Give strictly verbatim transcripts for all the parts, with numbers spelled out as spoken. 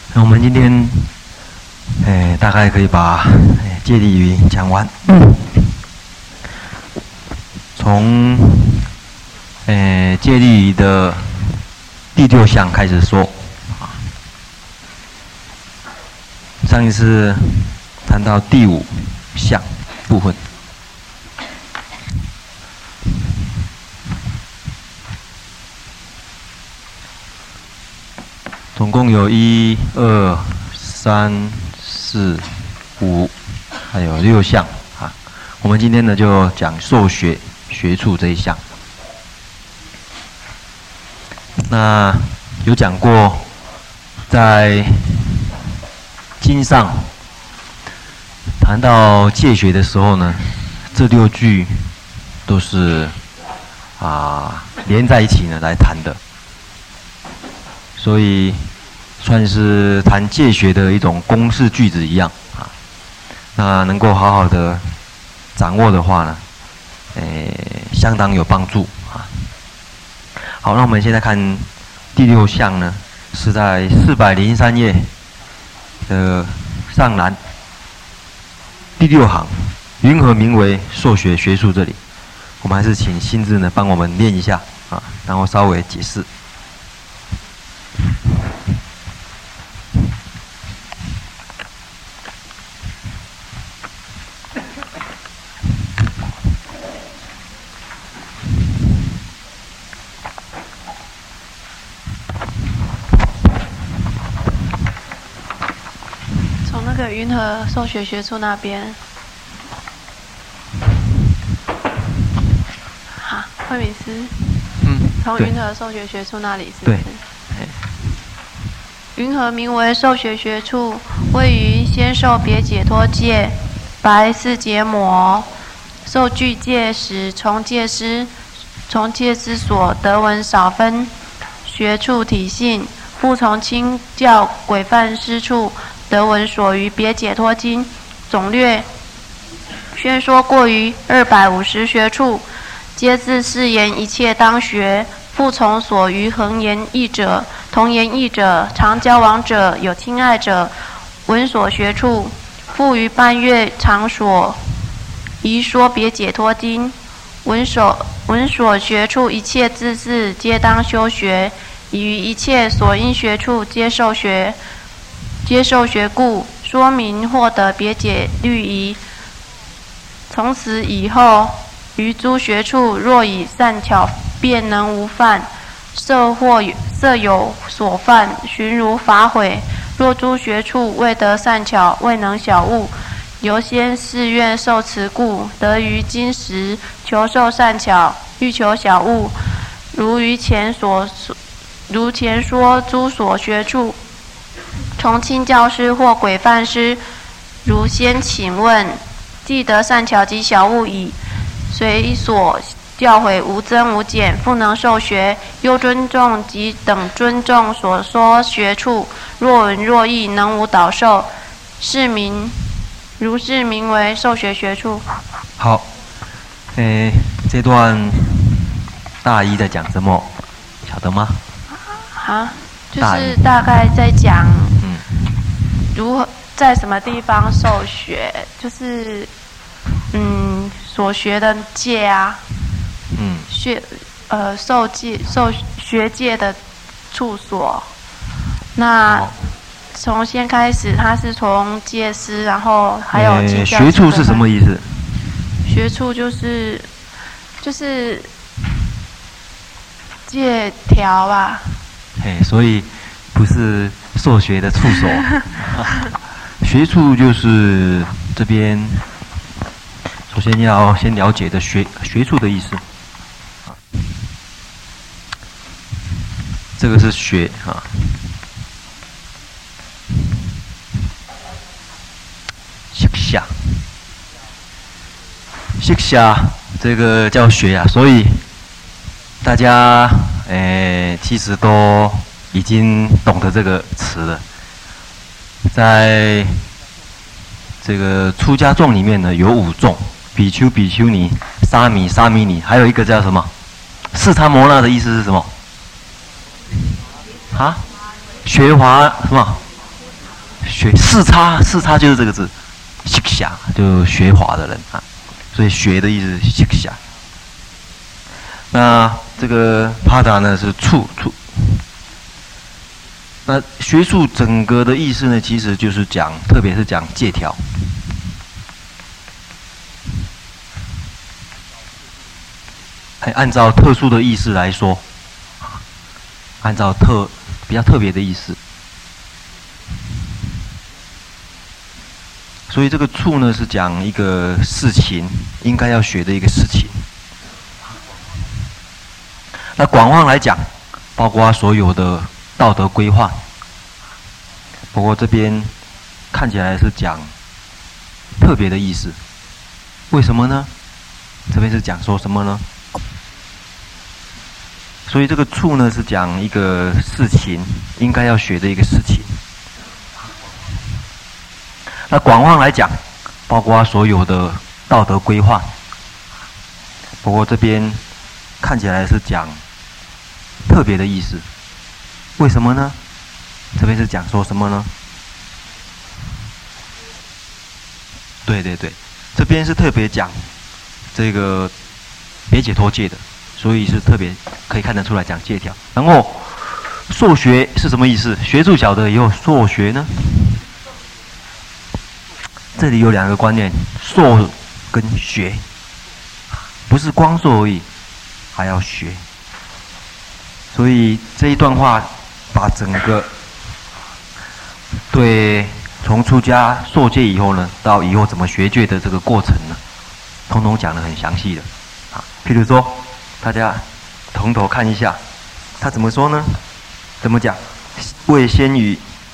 那我们今天，诶、大概可以把诶戒律语讲完。从诶戒律语的第六项开始说。上一次谈到第五项部分。总共有一、二、三、四、五，还有六项啊。我们今天呢就讲受学学处这一项。那有讲过，在经上谈到戒学的时候呢，这六句都是啊连在一起呢来谈的，所以算是谈戒学的一种公式句子一样啊。那能够好好的掌握的话呢，诶，相当有帮助啊。好，那我们现在看第六项呢，是在四百零三页的上栏第六行，云何名为受学学处？这里，我们还是请新智呢帮我们念一下啊，然后稍微解释。 云和受学学处那边，好，慧敏师，嗯，从云和受学学处那里是不是？ 对。 云和名为受学学处，位于先受别解脱戒，白四结魔，受具戒时，从戒师，从戒之所得闻少分学处体性，复从清教规范师处。得闻所于别解脱经总略宣说过于二百五十学处，皆自誓言一切当学，复从所于恒言义者、同言义者、常交往者、有亲爱者，闻所学处，复于半月常所宜说别解脱经，闻所闻所学处一切自是皆当修学，以于一切所应学处皆受学。接受学故，说明获得别解律仪。从此以后，于诸学处若以善巧便能无犯，设或设有所犯，寻如法毁。若诸学处未得善巧，未能晓悟，由先誓愿受持故，得于今时求受善巧，欲求晓悟。如于前所如前说诸所学处。从亲教师或规范师，如先请问，既得善巧及晓悟矣，随所教诲无增无减，复能受学，又尊重及等尊重所说学处，若闻若义，能无导受，是名如是名为受学学处。 好，诶，这段大意在讲什么？晓得吗？ 啊，就是大概在讲。如何在什么地方受学？就是嗯，所学的戒啊，嗯，学呃受戒受学戒的处所。那从先开始，他是从戒师，然后还有呃学处是什么意思？ 学处就是就是戒条吧。 嘿，所以不是受学的处所。学处就是这边首先要先了解的学学处的意思。这个是学啊，识下，识下这个叫学啊，所以大家诶其实都已经懂得这个词了。在这个出家众里面呢，有五众：比丘、比丘尼、沙弥、沙弥尼，还有一个叫什么？四叉摩那的意思是什么？啊？学华什么？ 学四叉，四叉就是这个字，sik下就学华的人啊，所以学的意思是sik下。那这个帕达呢是处处。那学术整个的意思呢，其实就是讲，特别是讲戒条。哎，按照特殊的意思来说，按照特比较特别的意思，所以这个处呢是讲一个事情应该要学的一个事情。那广泛来讲，包括所有的道德规范，不过这边看起来是讲特别的意思，为什么呢？这边是讲说什么呢？所以这个处呢是讲一个事情应该要学的一个事情。那广泛来讲，包括所有的道德规范，不过这边看起来是讲特别的意思，为什么呢？这边是讲说什么呢？对对对，这边是特别讲这个别解脱戒的，所以是特别可以看得出来讲戒条。然后受学是什么意思？学术晓得以后受学呢？这里有两个观念，受跟学，不是光受而已，还要学。所以这一段话把整个对从出家受戒以后呢，到以后怎么学戒的这个过程呢，统统讲得很详细的。啊，譬如说，大家从头看一下，他怎么说呢？怎么讲？为先于，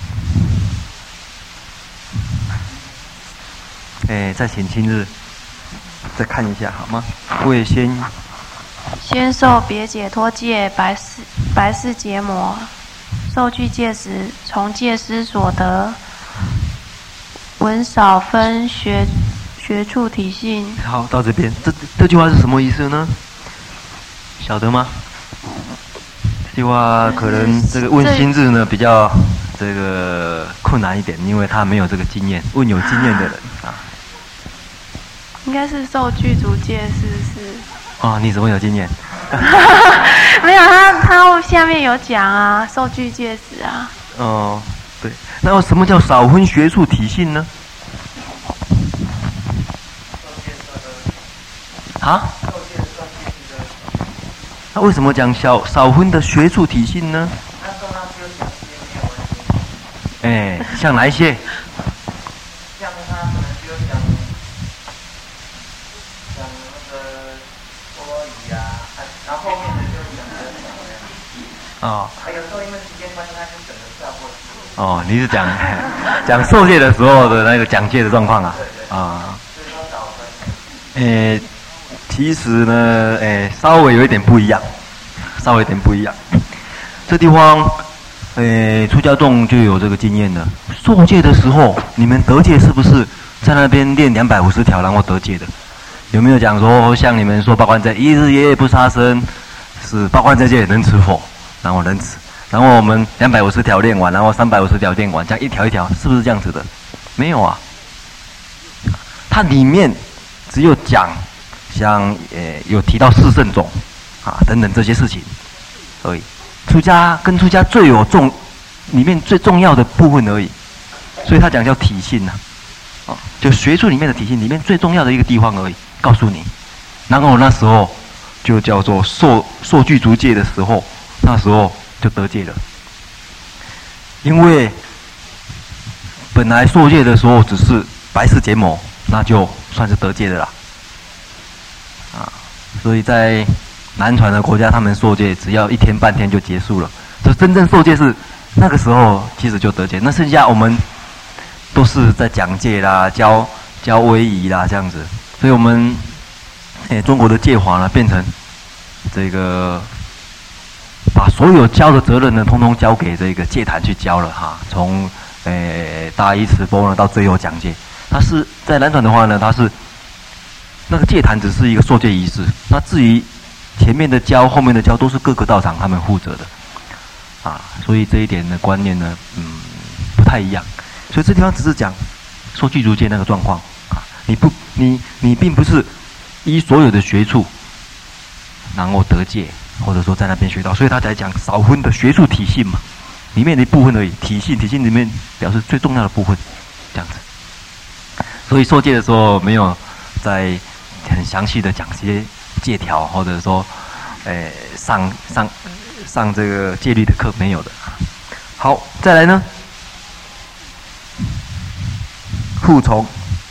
哎，再请亲自再看一下好吗？为先。 先受别解脱戒，白四白四结魔，受具戒时，从戒师所得，闻少分学学处体性。 好，到这边，这这句话是什么意思呢？晓得吗？这句话可能这个问心智呢比较这个困难一点，因为他没有这个经验。问有经验的人啊， 应该是受具足戒，是不是？ 哦，你怎么有经验？ 没有，他他下面有讲啊，受具戒时啊。 哦，对。那什么叫少分学处体性呢？啊？那为什么讲小少分的学处体性呢？哎，像哪一些？ 像他可能就讲讲那个多语啊，然后后面的就讲的什么呀？ 哦。 还有时候因为时间关系，他就整个跳过去。 哦，你是讲讲受戒的时候的那个讲戒的状况啊？啊。 所以说少分。 诶，其实呢，诶，稍微有一点不一样，稍微有点不一样。这地方，诶，出家众就有这个经验了。受戒的时候，你们得戒是不是在那边练两百五十条，然后得戒的？有没有讲说像你们说八关斋一日夜不杀生，是八关斋戒能持否？然后能持，然后我们两百五十条练完，然后三百五十条练完，这样一条一条，是不是这样子的？没有啊，它里面只有讲。像呃有提到四圣种啊等等这些事情，所以出家跟出家最有重里面最重要的部分而已，所以他讲叫体性呐、啊，哦，就学术里面的体性里面最重要的一个地方而已，告诉你。然后那时候就叫做受受具足戒的时候，那时候就得戒了，因为本来受戒的时候只是白事结魔，那就算是得戒的啦。啊，所以在南传的国家，他们受戒只要一天半天就结束了。就真正受戒是那个时候，其实就得戒。那剩下我们都是在讲戒啦、教教威仪啦这样子。所以我们诶、欸、中国的戒法呢，变成这个把所有教的责任呢，通通交给这个戒坛去教了哈。从诶、欸、大依持钵呢到最后讲戒，它是在南传的话呢，它是。那个戒坛只是一个受戒仪式，那至于前面的教、后面的教，都是各个道场他们负责的，啊，所以这一点的观念呢，嗯，不太一样。 所以这地方只是讲受具足戒那个状况啊，你不你你并不是依所有的学处然后得戒，或者说在那边学到，所以他才讲少分的学术体系嘛，里面的一部分而已，体系体系里面表示最重要的部分，这样子。所以受戒的时候没有在很详细的讲这些戒条，或者说，诶、上上上这个戒律的课没有的。好，再来呢，复从。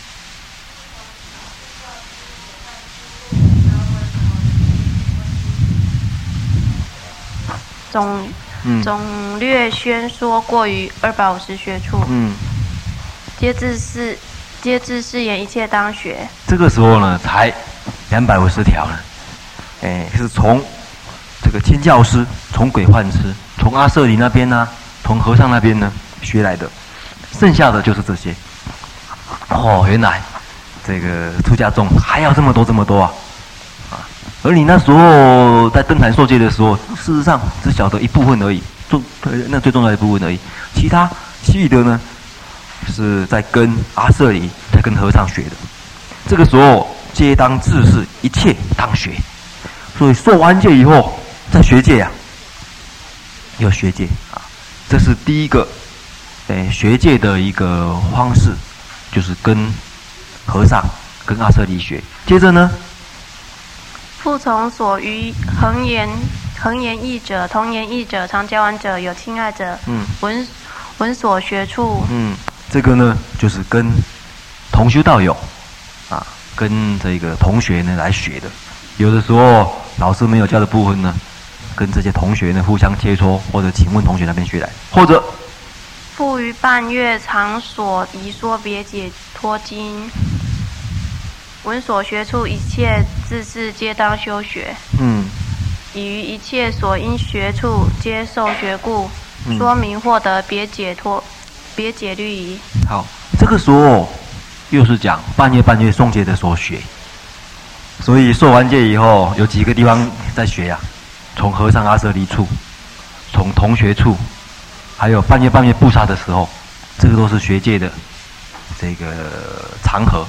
总嗯总略宣说过于二百五十学处， 嗯， 皆自是皆自是言一切当学。 这个时候呢，才两百五十条呢，哎，是从这个亲教师，从鬼幻师，从阿舍里那边呢、啊，从和尚那边呢学来的，剩下的就是这些。哦，原来这个出家众还要这么多这么多啊！而你那时候在登坛受戒的时候，事实上只晓得一部分而已，重那最重要的一部分而已。其他其余的呢，是在跟阿舍里、在跟和尚学的。这个时候皆当自是一切当学，所以受完戒以后再学戒呀、啊，要学戒啊，这是第一个，诶、学戒的一个方式，就是跟和尚、跟阿舍里学。接着呢。 复从所于恒言恒言义者、同言义者、常教完者、有亲爱者， 嗯， 闻闻所学处， 嗯，这个呢就是跟同修道友啊，跟这个同学呢来学的。有的时候老师没有教的部分呢，跟这些同学呢互相切磋，或者请问同学那边学来，或者复于半月常所遗说别解脱经。闻所学处，一切自是皆当修学。 嗯， 以于一切所应学处，皆受学故， 嗯、 说明获得别解脱、别解律仪。 好，这个时候又是讲半月半月诵戒的所学，所以受完戒以后，有几个地方在学呀、啊？从和尚阿舍离处，从同学处，还有半月半月布萨的时候，这个都是学戒的这个长河。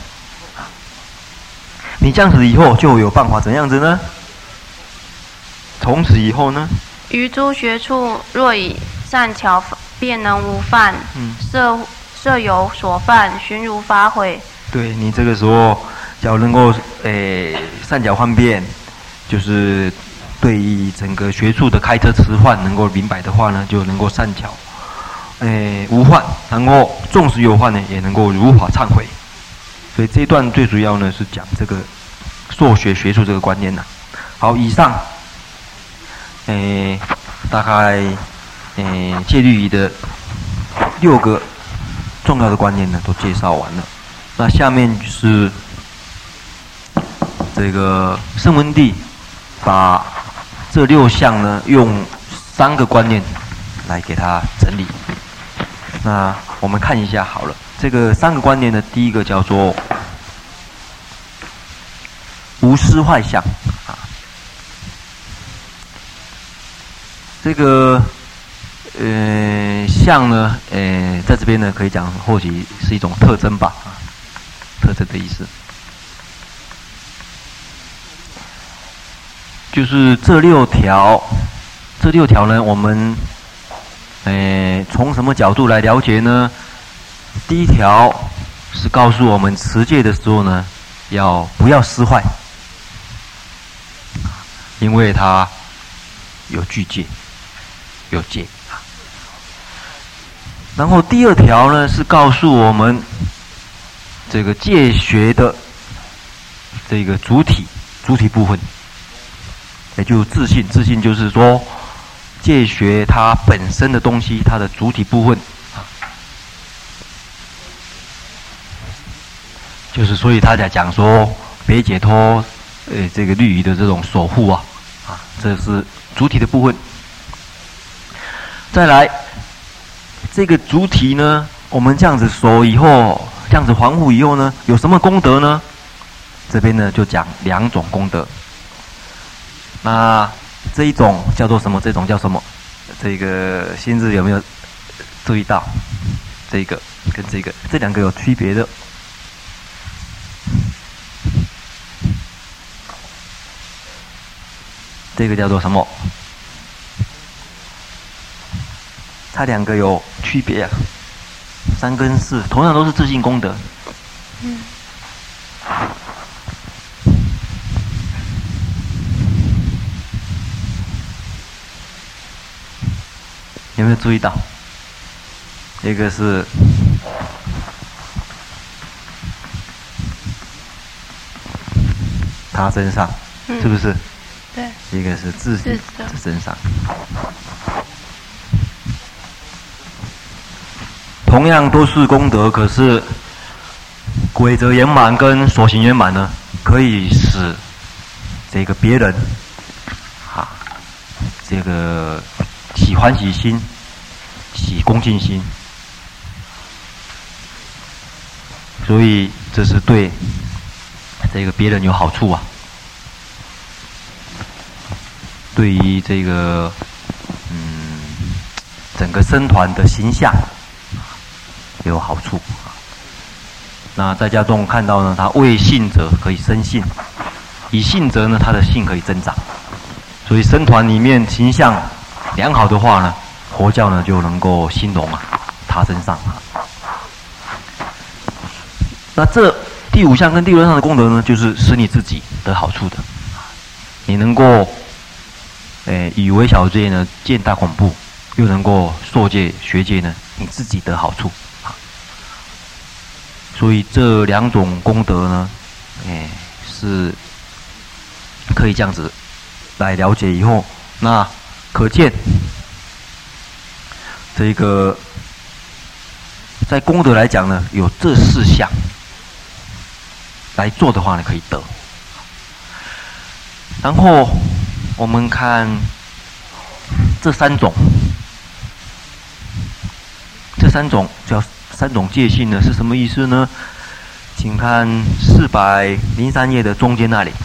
你这样子以后就有办法怎样子呢？从此以后呢？ 于诸学处，若以善巧便能无犯，嗯、设设有所犯，寻如法会。 对你这个时候，只要能够诶善巧方便，就是对于整个学处的开车迟缓能够明白的话呢，就能够善巧诶无患，然后纵使有患呢，也能够如法忏悔。所以这一段最主要呢是讲这个受学学术这个观念呐、啊。好，以上，诶，大概诶戒律仪的六个重要的观念呢都介绍完了。那下面是这个圣文帝把这六项呢用三个观念来给它整理。那我们看一下好了。这个三个观念呢，第一个叫做无失坏相啊。这个呃相呢，呃在这边呢可以讲或许是一种特征吧，啊，特征的意思，就是这六条，这六条呢，我们呃从什么角度来了解呢？第一条是告诉我们持戒的时候呢，要不要失坏，因为它有具戒，有戒。然后第二条呢是告诉我们这个戒学的这个主体，主体部分，也就是自信。自信就是说戒学它本身的东西，它的主体部分。就是所以他在讲说别解脱，呃，这个律仪的这种守护啊，啊，这是主体的部分。再来，这个主体呢，我们这样子守以后，这样子防护以后呢，有什么功德呢？这边呢就讲两种功德。那这一种叫做什么？这种叫什么？这个新日有没有注意到？这个跟这个这两个有区别的。这个叫做什么？它两个有区别啊。三跟四同样都是自性功德。 嗯。 有没有注意到？一个是他身上， 嗯、 是不是？ 对。 一个是自己身上。同样都是功德，可是规则圆满跟所行圆满呢，可以使这个别人啊，这个起欢喜心，起恭敬心，所以这是对这个别人有好处啊。对于这个嗯整个僧团的形象有好处。那在家中看到呢，他为信者可以生信，以信者呢，他的信可以增长。所以僧团里面形象良好的话呢，佛教呢就能够兴隆啊，他身上啊。那这第五项跟第六项的功德呢，就是使你自己得好处的，你能够，诶、以为小戒呢见大恐怖，又能够受戒学戒呢，你自己得好处啊。所以这两种功德呢，诶、是可以这样子来了解以后，那可见这个在功德来讲呢，有这四项来做的话呢，可以得。然后我们看这三种，这三种叫三种戒性呢，是什么意思呢？请看四百零三页的中间那里。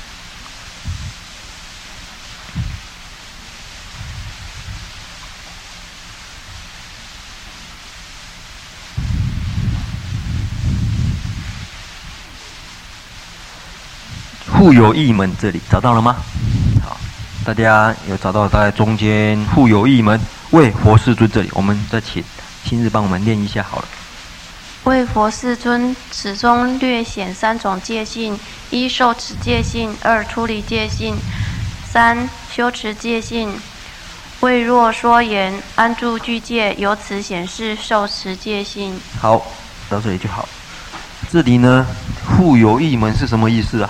互有异门，这里找到了吗？好，大家有找到在中间互有异门，为佛世尊这里，我们再请今日帮我们念一下好了。 为佛世尊，此中略显三种戒性：一、受持戒性；二、出离戒性；三、修持戒性。为若说言安住具戒，由此显示受持戒性。 好，到这里就好。这里呢，互有异门是什么意思啊？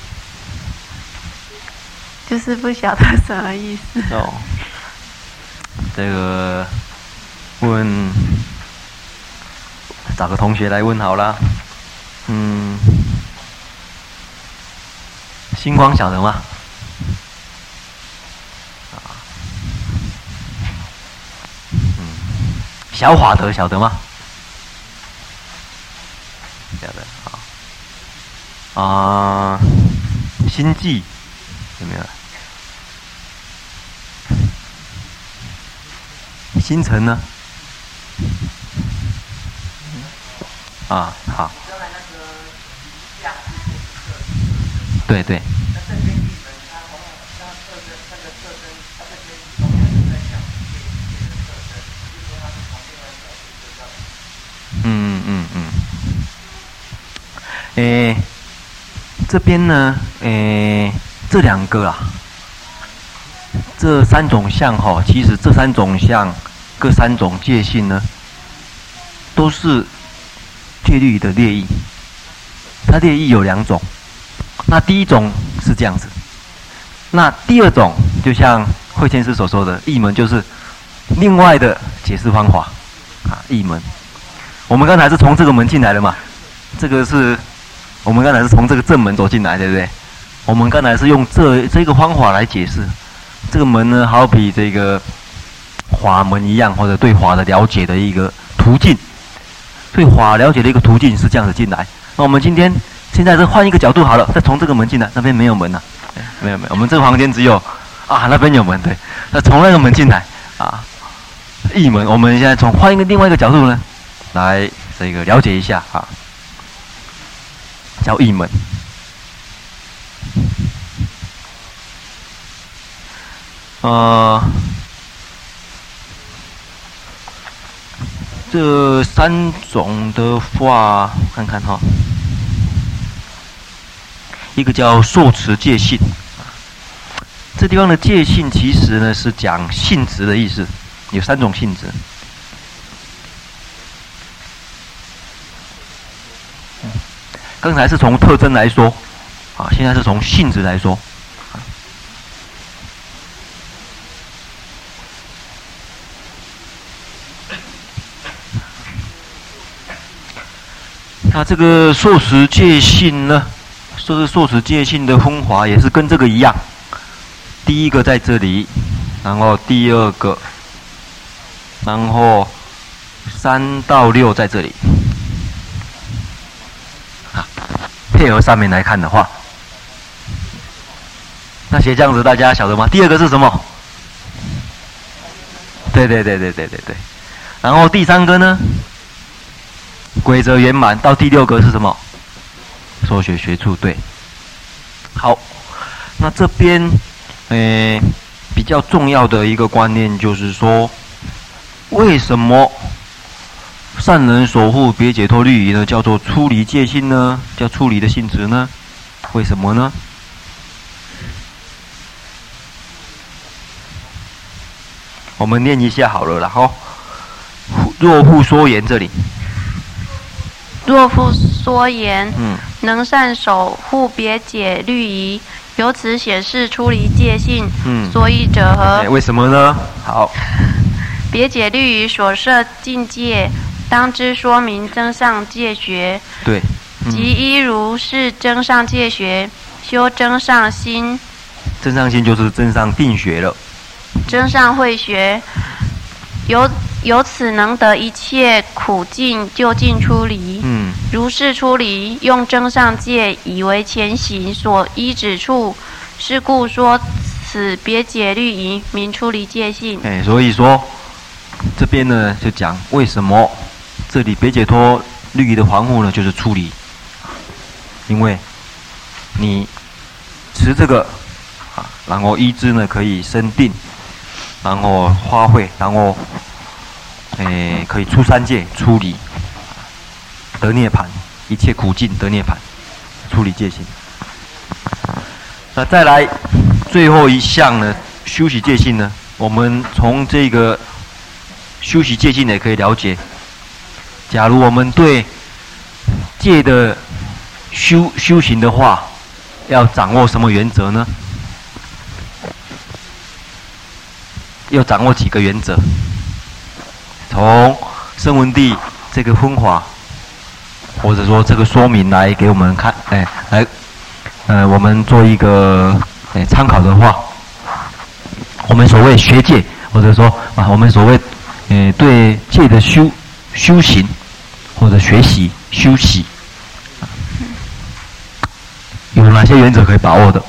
就是不晓得什么意思。 哦，这个问找个同学来问好了。嗯，星光晓得吗？啊，嗯，小华德晓得吗？晓得啊。啊，星际有没有？星辰呢？啊，好。对对。嗯嗯嗯。诶，这边呢，诶，这两个啊，这三种相哈，其实这三种相。各三种戒性呢，都是戒律的列义。它列义有两种，那第一种是这样子，那第二种就像慧谦师所说的义门，就是另外的解释方法啊。义门，我们刚才是从这个门进来的嘛，这个是我们刚才是从这个正门走进来，对不对？我们刚才是用这这个方法来解释这个门呢，好比这个法门一样，或者对法的了解的一个途径，对法了解的一个途径是这样子进来。那我们今天现在是换一个角度好了，再从这个门进来，那边没有门呐、啊，没有没有，我们这个房间只有啊那边有门，对，那从那个门进来啊，义门，我们现在从换一个另外一个角度呢，来这个了解一下啊，叫一门。呃，这三种的话，看看哈，一个叫受持戒性，这地方的戒性其实呢是讲性质的意思，有三种性质。刚才是从特征来说，啊，现在是从性质来说。那这个受持戒性呢，这个受持戒性的分法也是跟这个一样。第一个在这里，然后第二个，然后三到六在这里。啊，配合上面来看的话，那写这样子大家晓得吗？第二个是什么？对对对对对对对。然后第三个呢？规则圆满到第六个是什么？说学学处，对。好，那这边，诶、呃，比较重要的一个观念就是说，为什么善人守护别解脱律仪呢？叫做出离戒性呢？叫出离的性质呢？为什么呢？我们念一下好了，然后若复说言这里。 若复说言， 嗯， 能善守护别解律仪，由此显示出离戒性。 嗯， 所以者何？ 欸、为什么呢？好， 别解律仪所设境界，当知说明增上戒学。 对，嗯、 即一如是增上戒学，修增上心。 增上心就是增上定学了。 增上慧学，由由此能得一切苦境究竟出离。 嗯， 如是出离，用增上戒以为前行所依止处，是故说此别解律仪名出离戒性。 哎，所以说这边呢就讲为什么这里别解脱律仪的防护呢，就是出离，因为你持这个啊，然后依之呢可以生定，然后发慧，然后。诶，可以出三界，出离，得涅槃，一切苦境得涅槃，出离戒性。那再来最后一项呢，修习戒性呢，我们从这个修习戒性也可以了解，假如我们对戒的修修行的话，要掌握什么原则呢？要掌握几个原则？从声闻地这个分法，或者说这个说明来给我们看，哎，来，呃，我们做一个哎参考的话，我们所谓学戒，或者说啊，我们所谓呃对戒的修修行或者学习修习，有哪些原则可以把握的？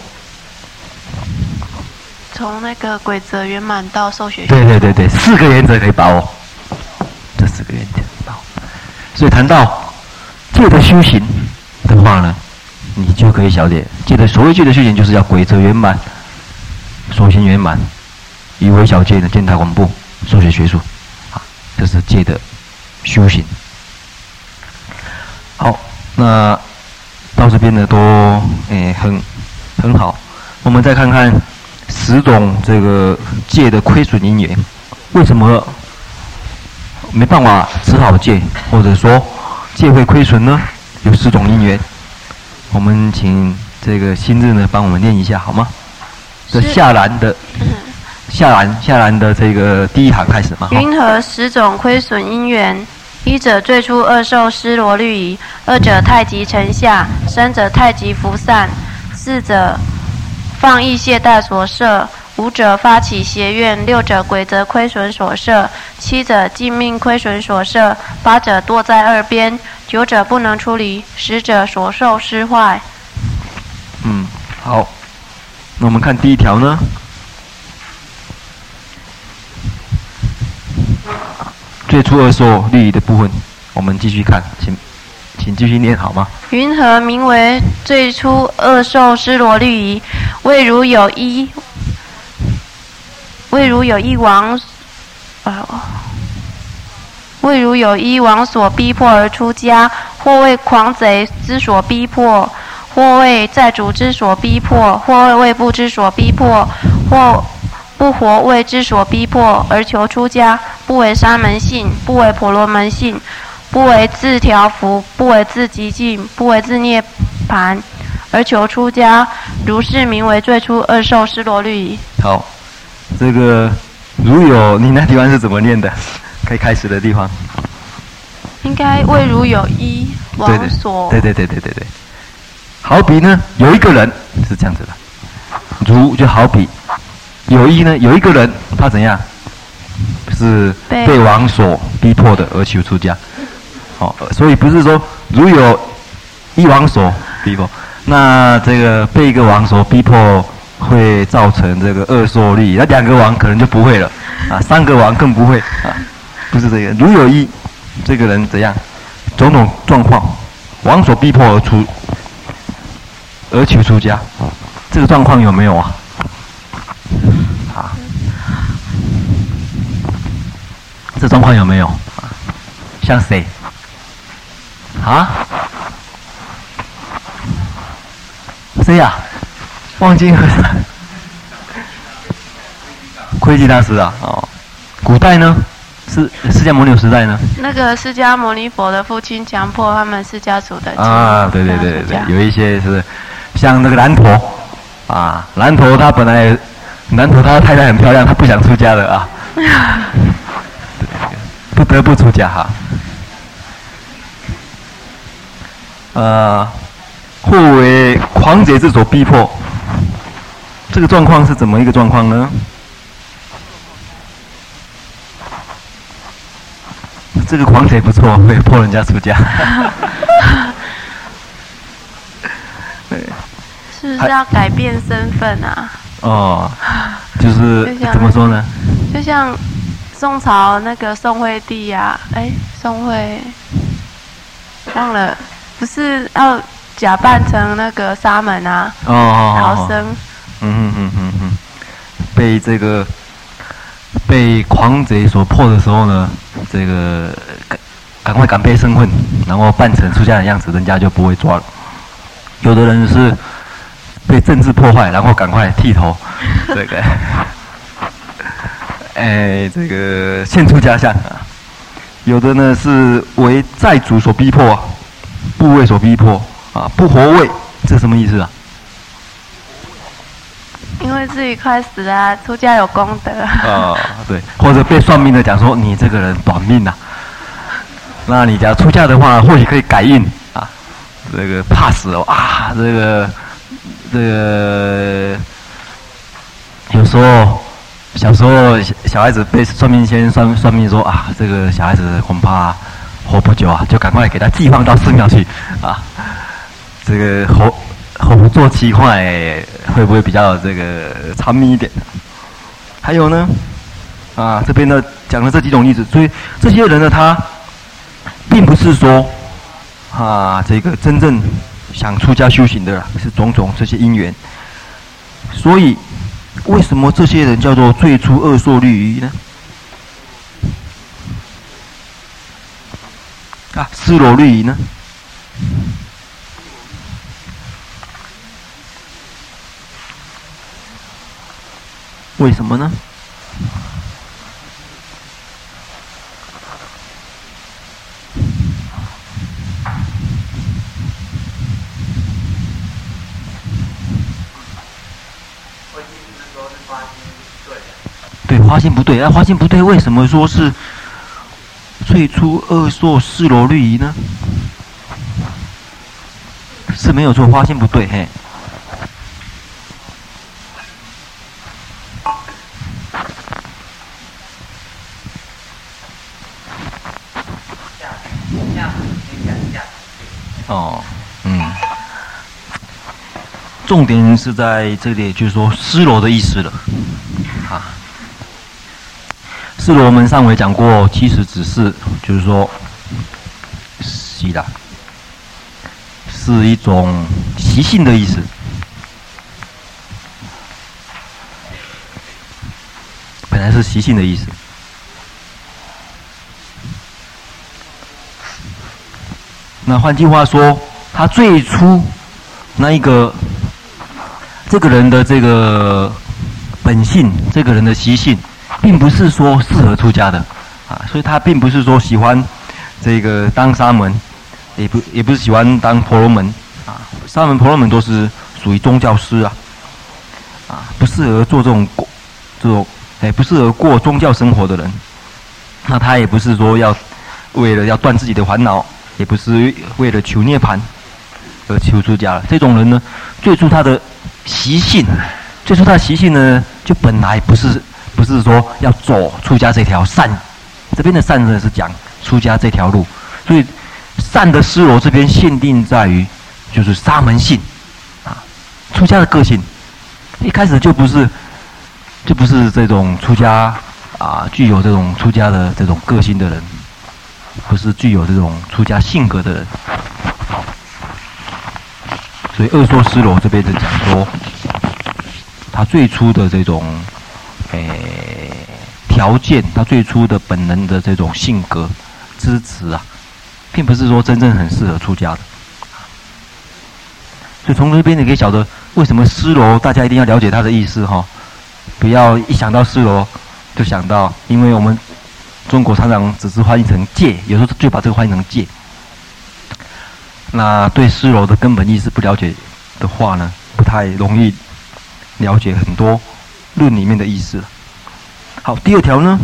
从那个规则圆满到受学。 对对对对，四个原则可以把握。这四个原则，所以谈到戒的修行的话呢，你就可以晓得，戒的所谓戒的修行，就是要规则圆满，所行圆满，以微小戒呢见大广布，受学学术，啊，这是戒的修行。好，那到这边呢都诶很很好，我们再看看十种这个戒的亏损因缘，为什么？没办法持好戒，或者说戒会亏损呢？有四种因缘，我们请这个新日呢帮我们念一下好吗？这下栏的，嗯、下栏下栏的这个第一行开始嘛。 云何十种亏损因缘？一者最初二受施罗律仪，二者太极沉下，三者太极浮散，四者放逸懈怠所摄。五者发起邪愿，六者鬼则亏损所摄，七者尽命亏损所摄，八者堕在二边，九者不能出离，十者所受失坏。 嗯，好，那我们看第一条呢，最初二受律仪的部分， 我们继续看，请请继续念好吗？ 云何名为最初恶受尸罗律仪？未如有一，未如有一王，啊，未如有一王所逼迫而出家，或为狂贼之所逼迫，或为债主之所逼迫，或为卫部之所逼迫，或不活位之所逼迫而求出家，不为沙门性，不为婆罗门性，不为自调伏，不为自极静，不为自涅盘，而求出家，如是名为最初恶受尸罗律仪。 好，这个如有你那地方是怎么念的？可以开始的地方。 应该未如有一王所。 对对对对对对对。好比呢，有一个人是这样子的，如就好比。有一呢，有一个人，他怎样？是被王所逼迫的而求出家。哦，所以不是说如有一王所逼迫，那这个被一个王所逼迫会造成这个恶受律仪，那两个王可能就不会了啊，三个王更不会啊，不是这个。如有一这个人怎样？种种状况，王所逼迫而出而求出家，这个状况有没有啊？啊，这状况有没有？像谁？啊？谁呀、啊？望京和尚，窥基大师啊！哦，古代呢？是释迦牟尼时代呢？ 那个释迦牟尼佛的父亲强迫他们释迦族的啊，对对对对对，有一些是像那个南陀啊，南陀他本来。南陀他的太太很漂亮，他不想出家了啊，不得不出家哈。呃，或为狂贼之所逼迫，这个状况是怎么一个状况呢？这个狂贼不错，会迫人家出家。 对，是不是要改变身份啊？ 哦，就是怎么说呢？ 就像宋朝那个宋惠帝呀、啊，哎，宋惠忘了，不是要假扮成那个沙门啊？ 哦哦逃生。 嗯嗯嗯嗯嗯，被这个被狂贼所迫的时候呢，这个赶赶快改变身份，然后扮成出家的样子，人家就不会抓了。有的人是。被政治破坏，然后赶快剃头，这个，哎，这个现出家相啊。有的呢是为债主所逼迫，部位所逼迫啊，不活位，这什么意思啊？ 因为自己快死了、啊，出家有功德。 啊，对，或者被算命的讲说你这个人短命啊，那你假如出家的话，或许可以改运啊，这个怕死哦啊，这个。这个有时候小时候小孩子被算命先生算算命说啊，这个小孩子恐怕活不久啊，就赶快给他寄放到寺庙去啊。这个活活做七块会不会比较这个长命一点？还有呢，啊这边呢讲了这几种例子，所以这些人呢，他并不是说啊这个真正。想出家修行的是种种这些因缘，所以为什么这些人叫做最初恶受律仪呢？啊，尸罗律仪呢？为什么呢？对，花心不对，那、啊、花心不对，为什么说是最初恶受尸罗律仪呢？是没有错，花心不对，嘿。哦，嗯，重点是在这里，就是说尸罗的意思了，啊。尸罗我们上回讲过，其实只是就是说西啦，是一种习性的意思。本来是习性的意思。那换句话说，他最初那一个这个人的这个本性，这个人的习性，并不是说适合出家的啊，所以他并不是说喜欢这个当沙门，也不也不是喜欢当婆罗门啊，沙门婆罗门都是属于宗教师啊，啊，不适合做这种这种哎不适合过宗教生活的人。那他也不是说要为了要断自己的烦恼，也不是为了求涅槃而求出家了。这种人呢，最初他的习性，最初他的习性呢，就本来不是不是说要走出家这条善，这边的善呢是讲出家这条路，所以善的施罗这边限定在于就是沙门性啊，出家的个性，一开始就不是就不是这种出家啊，具有这种出家的这种个性的人。不是具有这种出家性格的人，所以二说施罗这边就讲说，他最初的这种诶条件，他最初的本能的这种性格支持啊，并不是说真正很适合出家的。所以从这边你可以晓得，为什么施罗大家一定要了解他的意思哈，不要一想到施罗就想到，因为我们。中国常常只是翻译成戒，有时候就把这个翻译成戒。那对施罗的根本意思不了解的话呢，不太容易了解很多论里面的意思。好，第二条呢，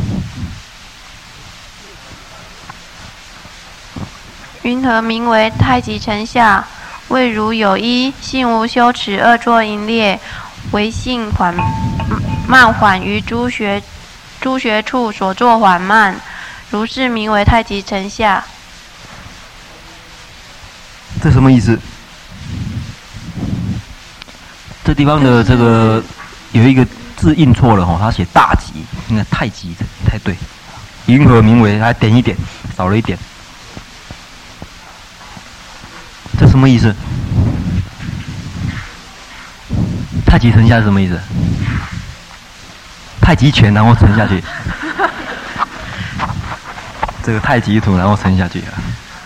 云何名为太极城下？谓如有一性无羞耻，恶作淫劣，为性缓慢缓于诸学。诸学处所作缓慢，如是名为太极城下。 这什么意思？这地方的这个有一个字印错了哈，他写大吉，应该太极才对。云何名为？还点一点，少了一点。这什么意思？太极城下是什么意思？太极拳，然后沉下去。这个太极图，然后沉下去啊。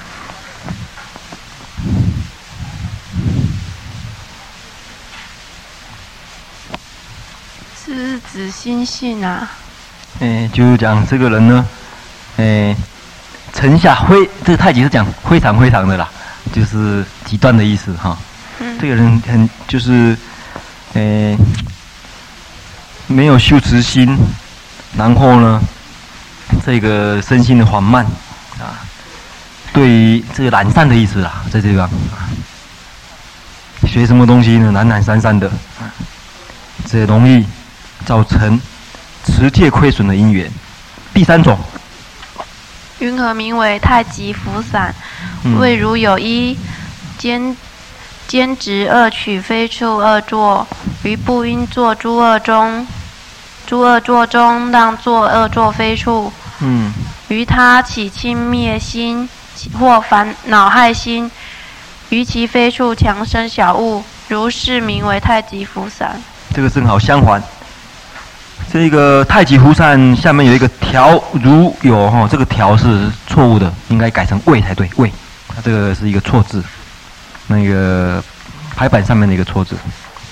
是不是指心性啊？ 哎，就是讲这个人呢，哎，沉下非这个太极是讲非常非常的啦，就是极端的意思哈。嗯、这个人很就是，哎。没有修持心，然后呢，这个身心的缓慢啊，对于这个懒散的意思啦，在这地方啊，学什么东西呢？懒懒散散的，啊、这容易造成持戒亏损的因缘。第三种， 云何名为太极伏散？ 嗯、 谓如有一兼兼执恶取非处恶作，于不应作诸恶中，诸恶作中当作恶作非处。 嗯。 于他起轻蔑心或烦恼害心，于其非处强生小物，如是名为太极伏散。 这个正好相反。这个太极伏散下面有一个条如有哈，这个条是错误的，应该改成位才对，位，它这个是一个错字。那个排版上面的一个错字，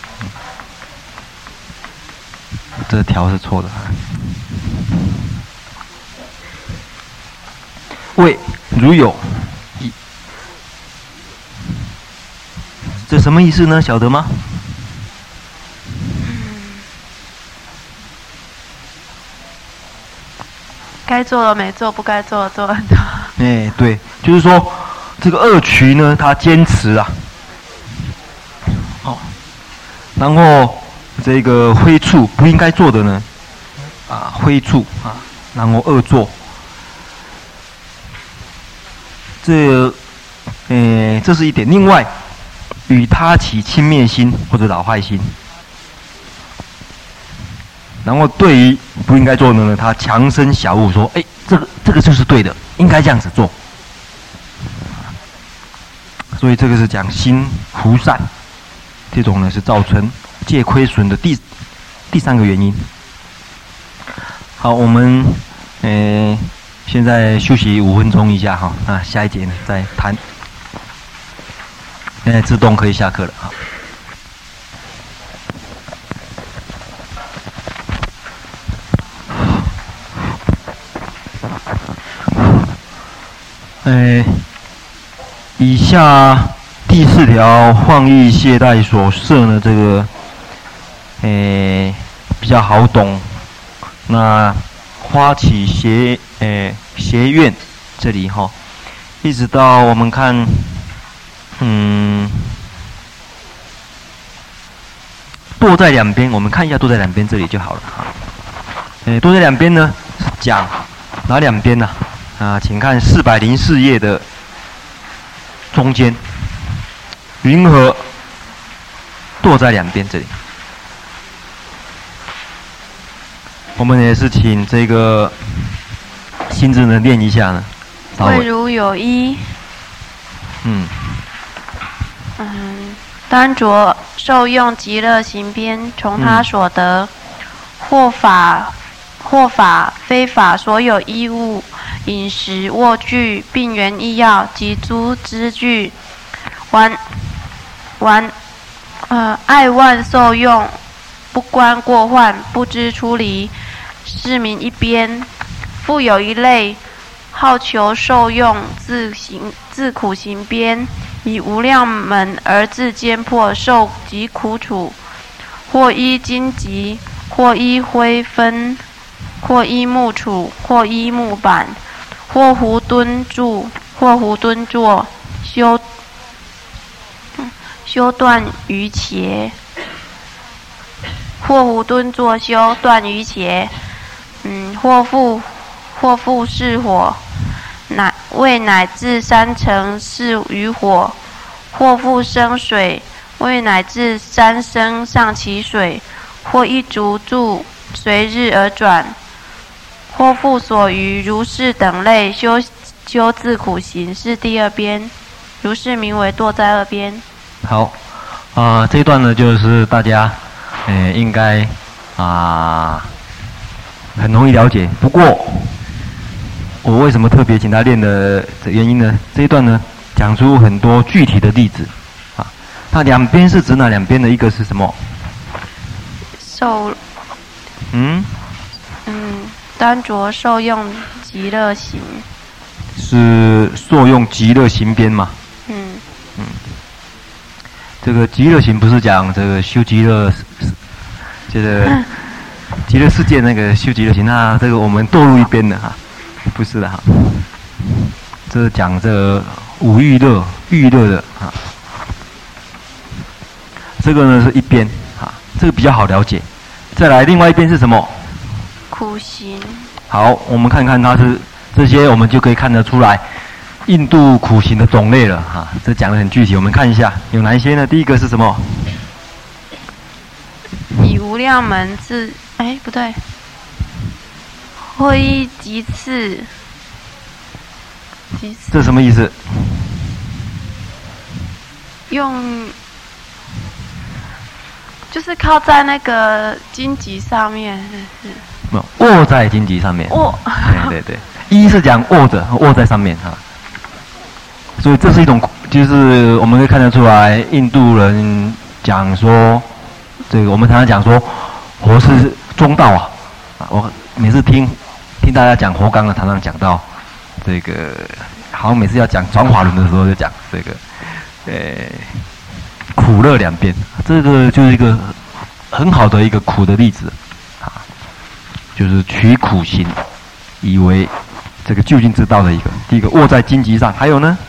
这个条是错的。谓如有，这什么意思呢？晓得吗？ 该做的没做，不该做的做很多。 哎，对，就是说。这个恶取呢，他坚持啊，哦，然后这个非处不应该做的呢，啊，非处啊，然后恶作，这，诶，这是一点。另外，与他起轻蔑心或者恼害心，然后对于不应该做的呢，他强伸小物说，哎，这个这个就是对的，应该这样子做。 所以这个是讲心胡散，这种呢是造成戒亏损的第第三个原因。好，我们呃现在休息五分钟一下哈，啊，下一节呢再谈。现在自动可以下课了哈。呃，以下第四条放逸懈怠所摄呢，这个，呃，比较好懂。那发起邪呃邪愿这里哈，一直到我们看，嗯，堕在两边，我们看一下堕在两边这里就好了哈。呃，堕在两边呢，讲哪两边呢？啊，请看四百零四页的中间，云何堕在两边这里。我们也是请这个心智呢练一下呢。 谓如有一， 嗯嗯，单着受用极乐行边，从他所得，嗯、或法或法非法所有衣物。饮食、卧具、病原医药及诸支具，玩玩呃爱玩受用，不观过患，不知出离，是名一边。复有一类，好求受用，自行自苦行边，以无量门而自坚迫，受极苦楚，或依荆棘，或依灰分，或依木杵，或依木板。或胡蹲住，或胡蹲坐，修修断于伽；或胡蹲坐修断于伽。嗯，或复或复是火，乃为乃至三乘是于火；或复生水，为乃至三生上其水；或一足住，随日而转。或复所余如是等类修修自苦行，是第二边，如是名为堕在二边。 好，啊、呃，这一段呢，就是大家，呃，应该啊、呃、很容易了解。不过，我为什么特别请他练的原因呢？这一段呢，讲出很多具体的例子啊。那两边是指哪两边的？一个是什么？ 受。 嗯。 嗯。单着受用极乐行， 是受用极乐行边嘛？ 嗯嗯，这个极乐行不是讲这个修极乐，这个极乐世界那个修极乐行，那这个我们堕入一边的哈，不是的哈，这是讲这个五欲乐、欲乐的哈。这个呢是一边哈，这个比较好了解。再来，另外一边是什么？ 苦行。 好，我们看看它是这些，我们就可以看得出来印度苦行的种类了哈。这讲得很具体，我们看一下有哪一些呢？第一个是什么？ 以无量门自，哎，不对，会依即次，即次。 这什么意思？ 用。就是靠在那个荆棘上面，是是。 没有，卧在荆棘上面。 卧。 对对对，一是讲卧着，卧在上面哈。所以这是一种，就是我们可以看得出来，印度人讲说，这个我们常常讲说，佛是中道啊。啊，我每次听听大家讲佛纲呢，常常讲到这个，好像每次要讲转法轮的时候就讲这个，呃。苦乐两边，这个就是一个很好的一个苦的例子啊，就是取苦行以为这个究竟之道的一个。第一个卧在荆棘上，还有呢，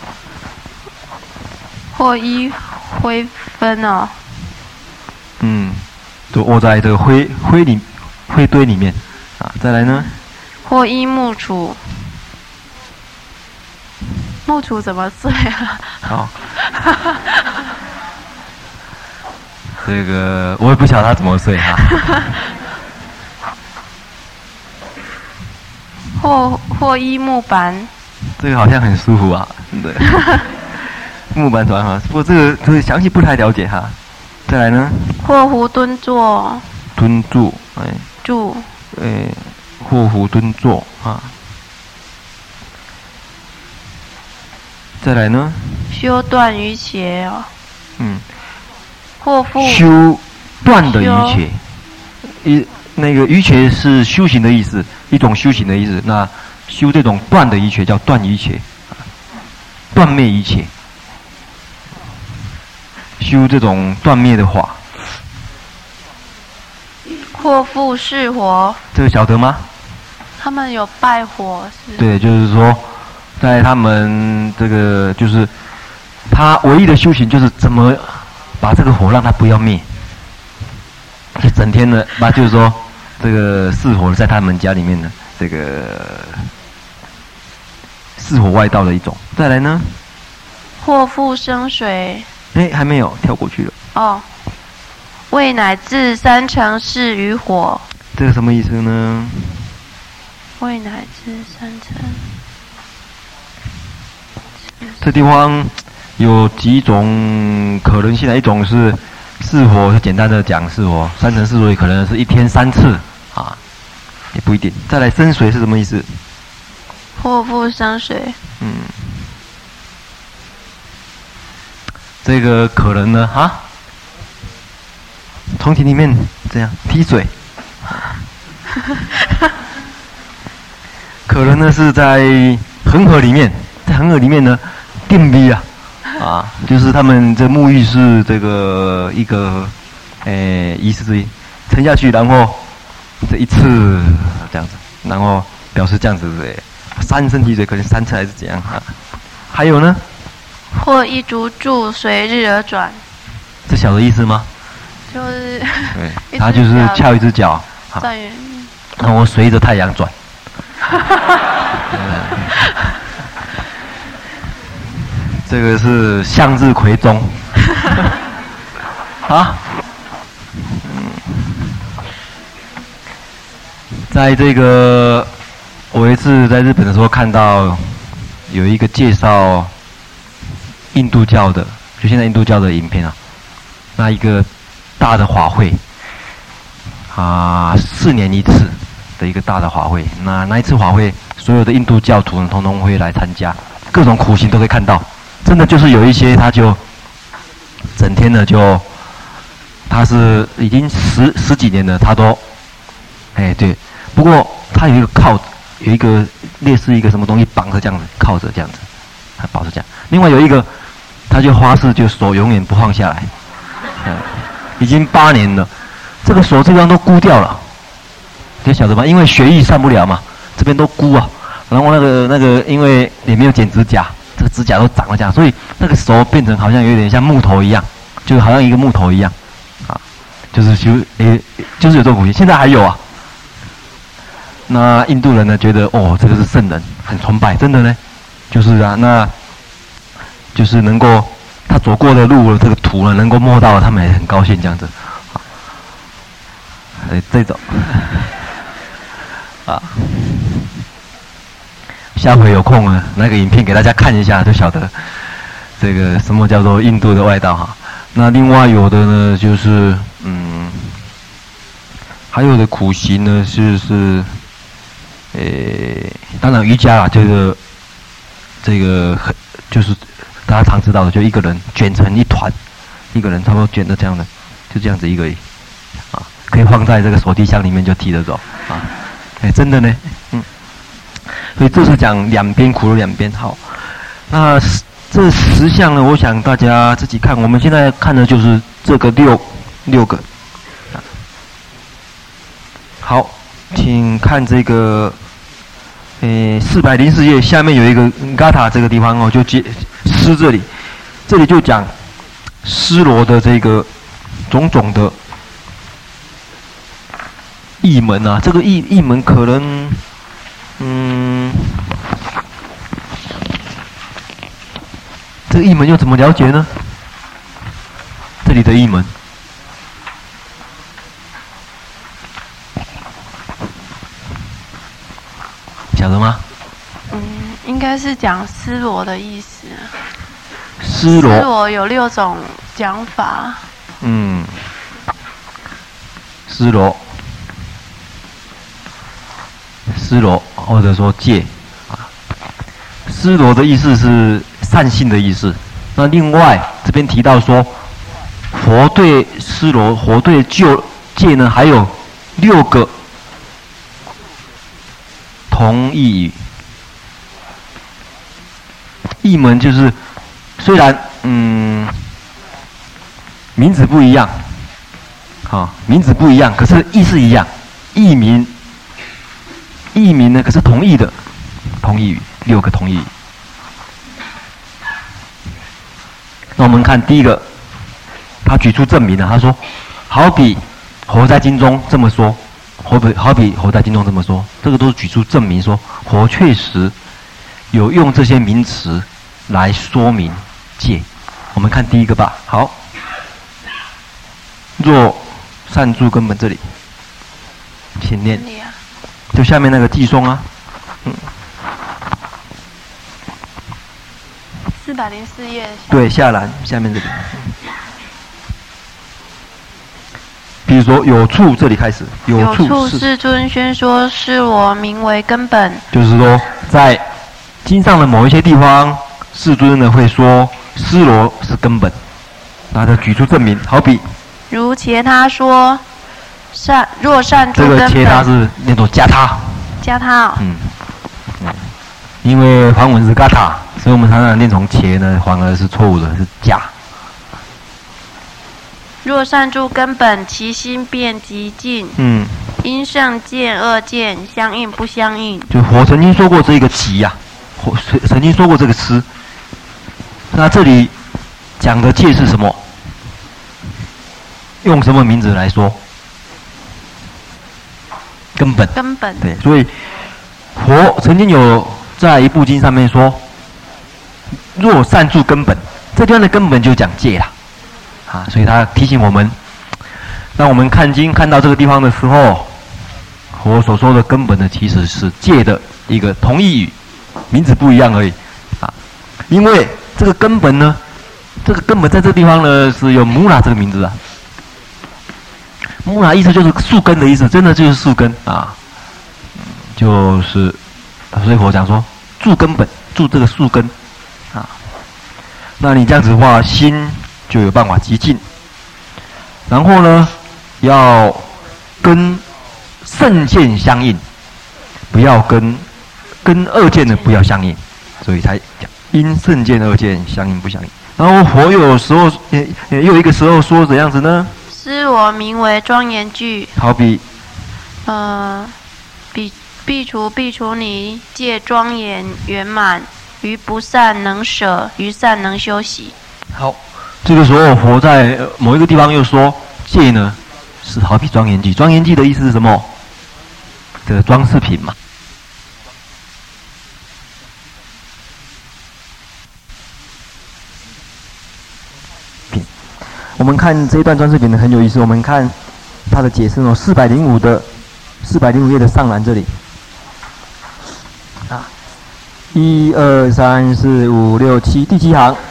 或依灰分哦， 嗯，就卧在这个灰灰里灰堆里面啊。再来呢， 或依木杵，木杵怎么睡啊？ 好。这个我也不晓得他怎么睡哈。 或或依木板， 这个好像很舒服啊，对。 木板船哈，不过这个这个详细不太了解哈。再来呢？ 或湖蹲坐。 蹲坐，哎。 住。 哎，或湖蹲坐啊。再来呢？ 修断于邪哦。 嗯。 或复。 修断的于邪，一那个于邪是修行的意思，一种修行的意思。那修这种断的一切叫断一切，断灭一切。修这种断灭的法。 或复是火， 这个晓得吗？ 他们有拜火是？ 对，就是说，在他们这个就是他唯一的修行就是怎么把这个火让它不要灭。就整天的，那就是说这个巳火在他们家里面的这个巳火外道的一种。再来呢？ 或复生水。 哎，还没有，跳过去了。 哦。未乃至三乘是于火。 这个什么意思呢？ 未乃至三乘。 这地方有几种可能性啊？一种是巳火，简单的讲巳火，三乘巳火可能是一天三次啊，也不一定。再来生水是什么意思？ 或复生水。 嗯，这个可能呢啊？从体里面这样踢水，可能呢是在恒河里面，在恒河里面呢，电逼啊，啊，就是他们这沐浴是这个一个，诶、欸，仪式之一，沉下去，然后这一次这样子，然后表示这样子的三声踢水，可能三次还是怎样啊？还有呢？ 或一竹柱随日而转， 这小的意思吗？ 就是， 对，他就是翘一只脚， 转圆， 然后随着太阳转。这个是向日葵中。啊，嗯，在这个我有一次在日本的时候看到有一个介绍印度教的，就现在印度教的影片啊，那一个。大的法会啊，四年一次的一个大的法会。那那一次法会，所有的印度教徒呢，统统会来参加，各种苦行都可以看到。真的就是有一些，他就整天呢，就他是已经十十几年了，他都，哎对。不过他有一个靠，有一个类似一个什么东西绑着这样子，靠着这样子，他保持这样。另外有一个，他就发誓，就手永远不放下来，嗯。已经八年了，这个手这边都箍掉了，你晓得吗？因为血液散不了嘛，这边都箍啊。然后那个那个，因为也没有剪指甲，这个指甲都长了这样，所以那个手变成好像有点像木头一样，就好像一个木头一样，啊，就是就诶，就是有这种苦行，现在还有啊。那印度人呢，觉得哦，这个是圣人，很崇拜，真的呢，就是啊，那就是能够。他走过的路，这个土呢，能够摸到，他们也很高兴这样子。哎，这种啊，下回有空呢，那个影片给大家看一下，就晓得这个什么叫做印度的外道哈。那另外有的呢，就是嗯，还有的苦行呢，就是呃，当然瑜伽啦，这个这个很就是。大家常知道的，就一个人卷成一团，一个人差不多卷的这样的，就这样子一个而已，啊，可以放在这个手提箱里面就提得走，啊，哎，真的呢，嗯，所以这是讲两边苦的两边好。那这十项呢，我想大家自己看。我们现在看的就是这个六六个，好，请看这个。诶，四百零四页下面有一个嘎塔这个地方哦，就接诗这里，这里就讲尸罗的这个种种的异门啊，这个异异门可能，嗯，这个异门又怎么了解呢？这里的异门。晓得吗？ 嗯，应该是讲尸罗的意思。 尸罗。 尸罗有六种讲法。 嗯，尸罗，尸罗或者说戒啊，尸罗的意思是善性的意思。那另外这边提到说，佛对尸罗、佛对旧戒呢，还有六个同义语。译门就是虽然嗯名字不一样，好、哦、名字不一样，可是意思一样，译名译名呢可是同义的同义语，六个同义语。那我们看第一个，他举出证明了，他说好比佛在经中这么说，好比好比佛在经中这么说，这个都是举出证明说佛确实有用这些名词来说明戒。我们看第一个吧。好，若善住根本这里，请念，就下面那个寄松啊，嗯， 四百零四页。 对，下栏下面这里。比如说有处这里开始， 有处处世尊宣说尸罗名为根本， 就是说在经上的某一些地方，世尊呢会说尸罗是根本，那他举出证明，好比如伽他说善若善住根本， 这个伽他是念作加他， 加他、哦， 嗯，嗯，因为梵文是嘎塔，所以我们常常念成伽呢，反而是错误的，是加。 若善住根本，其心便极尽。 嗯， 因圣见恶见相应不相应？ 就我曾经说过这个极呀、啊，我曾经说过这个词。那这里讲的戒是什么？用什么名字来说？根本。 根本。 对，所以佛曾经有在一部经上面说，若善住根本，这地方的根本就讲戒啦。啊，所以他提醒我们，当我们看经看到这个地方的时候，我所说的根本呢，其实是戒的一个同义语，名字不一样而已。啊，因为这个根本呢，这个根本在这个地方呢是有穆拉这个名字啊。穆拉意思就是树根的意思，真的就是树根啊，就是，所以我讲说住根本，住这个树根啊。那你这样子的话，心就有办法极尽，然后呢，要跟圣见相应，不要跟跟恶见的不要相应，所以才讲因圣见恶见相应不相应。然后佛有时候也也有一个时候说怎样子呢？ 尸罗名为庄严具， 好比， 呃，比必除必除尼戒庄严圆满，于不善能舍，于善能修习。 好。这个时候，佛在某一个地方又说，戒呢是好比庄严具。庄严具的意思是什么？这个装饰品嘛。品，我们看这一段装饰品呢很有意思。我们看它的解释哦，四百零五的四百零五页的上栏这里，啊，一二三四五六七，第七行。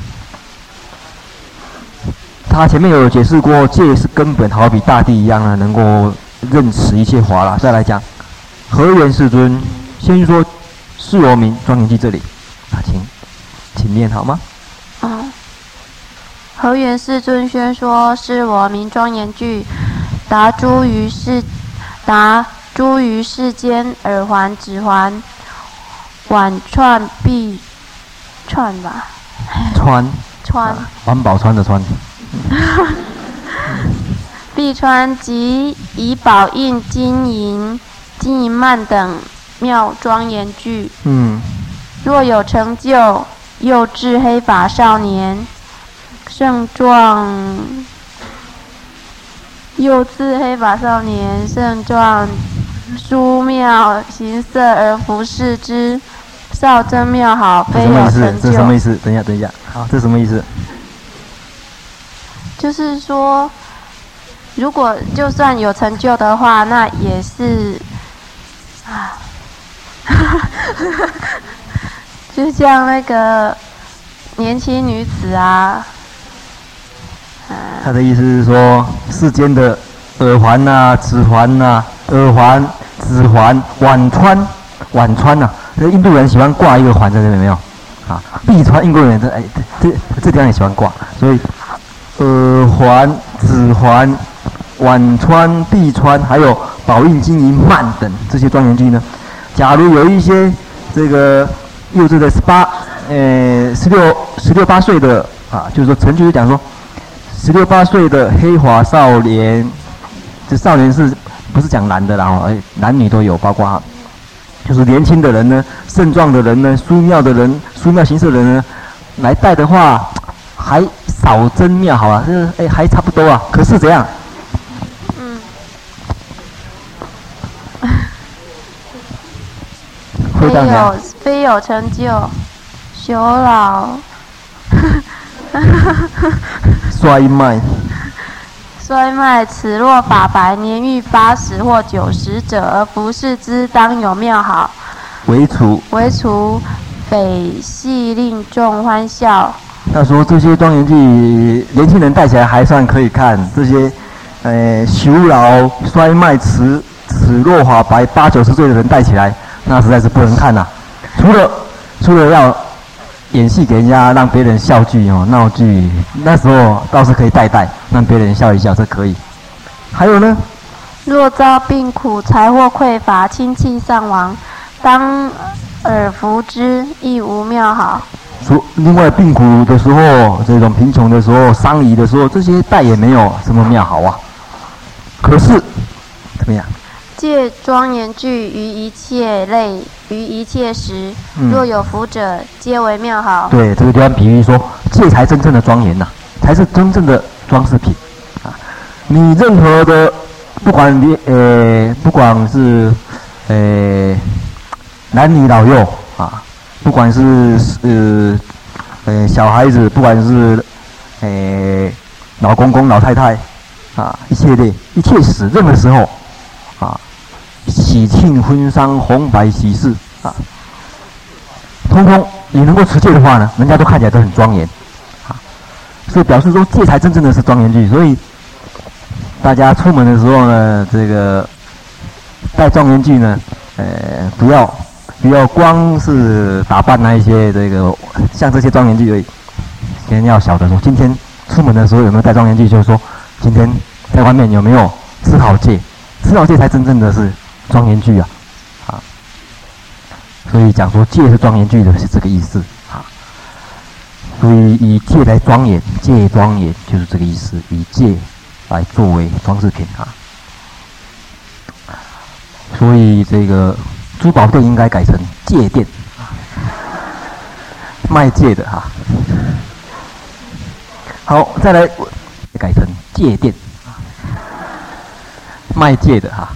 他前面有解释过，戒是根本，好比大地一样呢，能够认识一切法啦。再来讲，何缘世尊先说尸罗名庄严记这里，啊，请请念好吗？ 哦，何缘世尊宣说尸罗名庄严具，达诸于世达诸于世间耳环指环碗串臂串吧， 川川环保川的川。 臂穿及以宝印金银、金银曼等妙庄严具。 嗯。 若有成就，幼稚黑发少年，盛壮幼稚黑发少年，盛壮殊妙形色而服侍之，少真妙好，非有成就。 这什么意思？等一下，等一下。好，这什么意思？ 就是说，如果就算有成就的话，那也是啊，就像那个年轻女子啊。 他的意思是说，世间的耳环呐、指环呐、耳环、指环、腕穿、腕穿呐、啊，这印度人喜欢挂一个环在这里，没有？啊，臂穿，英国人这哎这这这地方也喜欢挂，所以耳环、指环、腕穿、臂穿，还有宝印、金银、曼等这些庄严具呢，假如有一些这个幼稚的十八，呃，十六、十六八岁的啊，就是说程序就讲说。十六八岁的黑发少年，这少年是不是讲男的啦？哦，男女都有，包括就是年轻的人呢，盛壮的人呢，殊妙的人，殊妙形式的人呢，来带的话，还少真妙，好啊，这哎还差不多啊。可是怎样？ 嗯。非有非有成就，朽老。 衰迈， 衰迈，此若法白，年逾八十或九十者，而不是之，当有妙好。 为除， 为除，匪系令众欢笑。 他说这些庄严具，年轻人戴起来还算可以看；这些，呃，朽老、衰迈、齿齿若法白，八九十岁的人戴起来，那实在是不能看呐、啊。除了，除了要。演戏给人家让别人笑剧哦闹剧，那时候倒是可以带带，让别人笑一笑，这可以。还有呢， 若遭病苦、财货匮乏、亲戚丧亡，当耳服之，亦无妙好。 说另外病苦的时候，这种贫穷的时候、丧仪的时候，这些带也没有什么妙好啊。可是怎么样？ 借庄严具于一切类，于一切时， 嗯、 若有福者，皆为妙好。 对，这个地方比喻说，戒才真正的庄严呐、啊，才是真正的装饰品啊。你任何的，不管你呃，不管是呃男女老幼啊，不管是呃呃小孩子，不管是呃老公公、老太太啊，一切的，一切时，任何时候啊。喜庆婚丧红白喜事啊，通通你能够持戒的话呢，人家都看起来都很庄严啊，所以表示说戒才真正的是庄严具。所以大家出门的时候呢，这个带庄严具呢，呃，不要不要光是打扮那一些这个像这些庄严具而已，先要晓得说，今天出门的时候有没有带庄严具，就是说今天在外面有没有持好戒，持好戒才真正的是。庄严具啊，啊，所以讲说戒是庄严具的是这个意思啊，所以以戒来庄严，戒庄严就是这个意思，以戒来作为装饰品啊。所以这个珠宝店应该改成戒店啊，卖戒的哈、啊。好，再来改成戒店啊，卖戒的哈、啊。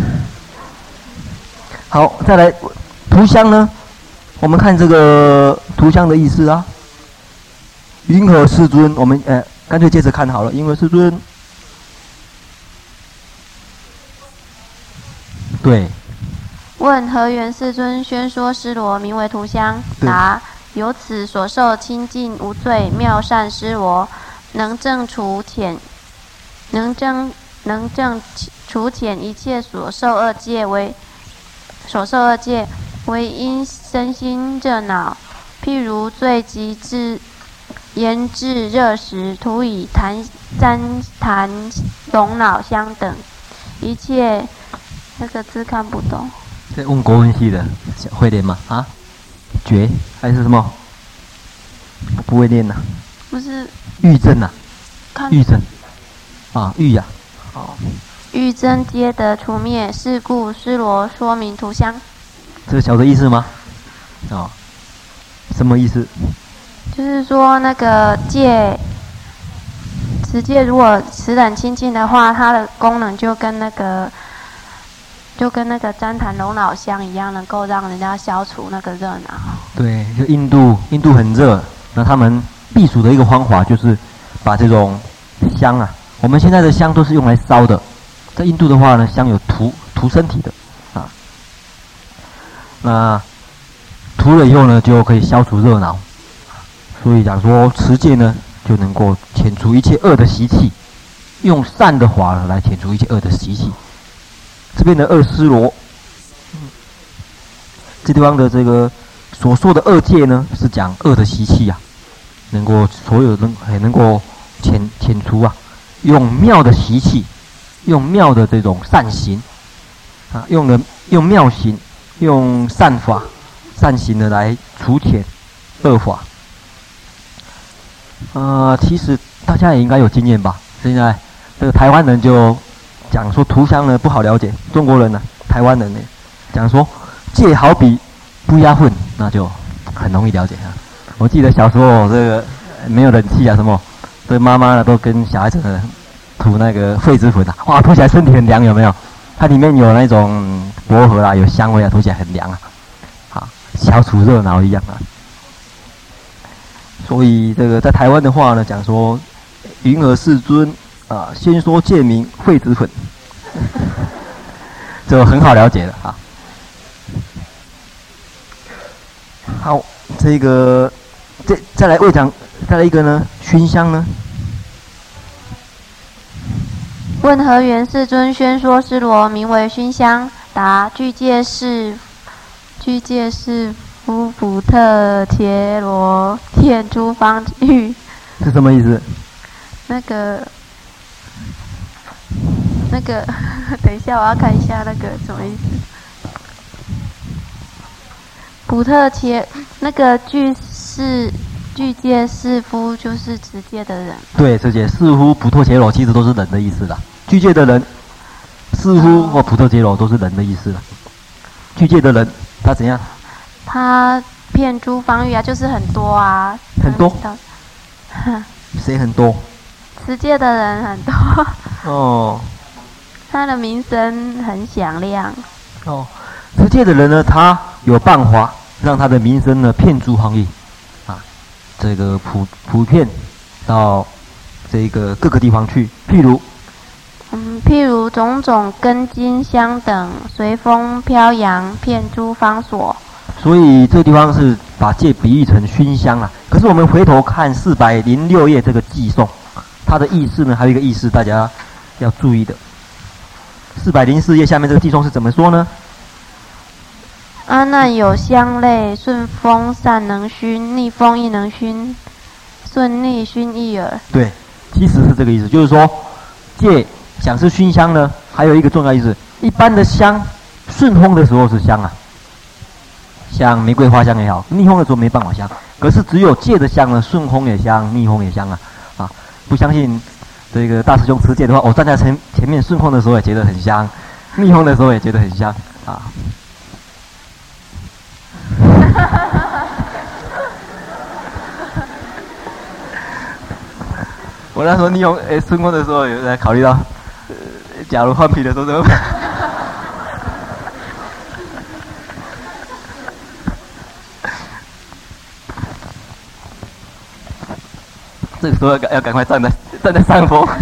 好，再来涂香呢？我们看这个涂香的意思啊。云何世尊？我们呃，干脆接着看好了。云何世尊？对。 问何缘世尊宣说尸罗名为涂香？答：由此所受清净无罪妙善尸罗，能证除浅，能证能证除浅一切所受恶戒为。所受恶戒，为因身心热恼，譬如醉及至炎炙热时，涂以檀沾檀龙脑香等，一切那个字看不懂。 在问国文系的会念吗？啊？绝还是什么？不会念呐、啊。 不是。 玉真呐、啊。玉真。啊，玉呀、啊。哦。 欲真皆得除灭，是故尸罗说明涂香。 这晓得意思吗？哦，什么意思？ 就是说那个戒，持戒如果持得很清净的话，它的功能就跟那个，就跟那个旃檀龙脑香一样，能够让人家消除那个热恼。 对，就印度，印度很热，那他们避暑的一个方法就是把这种香啊，我们现在的香都是用来烧的。在印度的话呢，香有涂涂身体的啊，那涂了以后呢，就可以消除热恼， 所以讲说持戒呢，就能够遣除一切恶的习气，用善的法来遣除一切恶的习气。这边的恶尸罗，这地方的这个所说的恶戒呢，是讲恶的习气啊，能够所有能还能够遣遣除啊，用妙的习气，用妙的这种善行啊，用了用妙行，用善法、善行的来除遣恶法。呃，其实大家也应该有经验吧？现在这个台湾人就讲说图香呢不好了解，中国人呢、台湾人呢讲说戒好比不压混，那就很容易了解啊。我记得小时候这个没有冷气啊什么，这妈妈呢都跟小孩子呢涂那个痱子粉啊，哇，涂起来身体很凉，有没有？它里面有那种薄荷啦，有香味啊，涂起来很凉啊，啊，消除热闹一样啊。所以这个在台湾的话呢，讲说云何世尊啊，先说戒名痱子粉，就很好了解了啊。好，这个这再来为讲，再来一个呢，熏香呢。 问何缘世尊宣说尸罗名为熏香？答：具戒是具戒是夫普特伽罗天诸方域。 是什么意思？ 那个那个，等一下，我要看一下那个什么意思。普特伽那个具是具戒是夫，就是持戒的人。 对，持戒似乎普特伽罗其实都是人的意思啦。具戒的人，似乎或普特伽罗都是人的意思啦。具戒的人，他怎样？ 他遍诸方域啊，就是很多啊。 很多。谁很多？ 持戒的人很多。 哦。 他的名声很响亮。 哦，持戒的人呢，他有办法让他的名声呢遍诸方域，啊，这个普普遍到这个各个地方去。譬如， 嗯，譬如种种根茎香等，随风飘扬，遍诸方所。 所以这个地方是把戒比喻成熏香啊。可是我们回头看四百零六页这个偈颂，它的意思呢，还有一个意思大家要注意的。四百零四页下面这个偈颂是怎么说呢？ 阿难有香类，顺风善能熏，逆风亦能熏，顺逆熏亦耳。 对，其实是这个意思，就是说戒想是熏香呢，还有一个重要意思，一般的香顺风的时候是香啊，像玫瑰花香也好，逆风的时候没办法香。可是只有戒的香呢，顺风也香，逆风也香啊啊！不相信这个大师兄持戒的话，我站在前前面顺风的时候也觉得很香，逆风的时候也觉得很香啊。我那时候逆风诶顺风的时候，有在考虑到，呃，假如换皮的时候怎么办？这个时候要赶要赶快站在站在上风。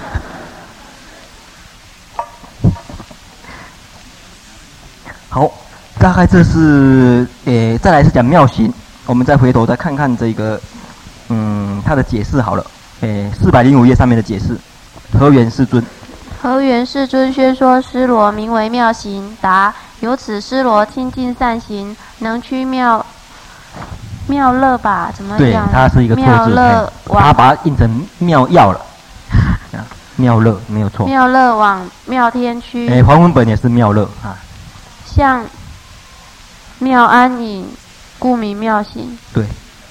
好，大概这是诶，再来是讲妙行，我们再回头再看看这个，嗯，它的解释好了。诶，四百零五页上面的解释，何缘世尊？ 何缘世尊宣说尸罗名为妙行？答：由此尸罗清净善行，能驱妙。妙乐吧，怎么对，它是一个错字， 妙乐他把它印成妙药了。妙乐没有错。 妙乐往妙天驱。 哎，黄文本也是妙乐啊。 像妙安隐，故名妙行。 对。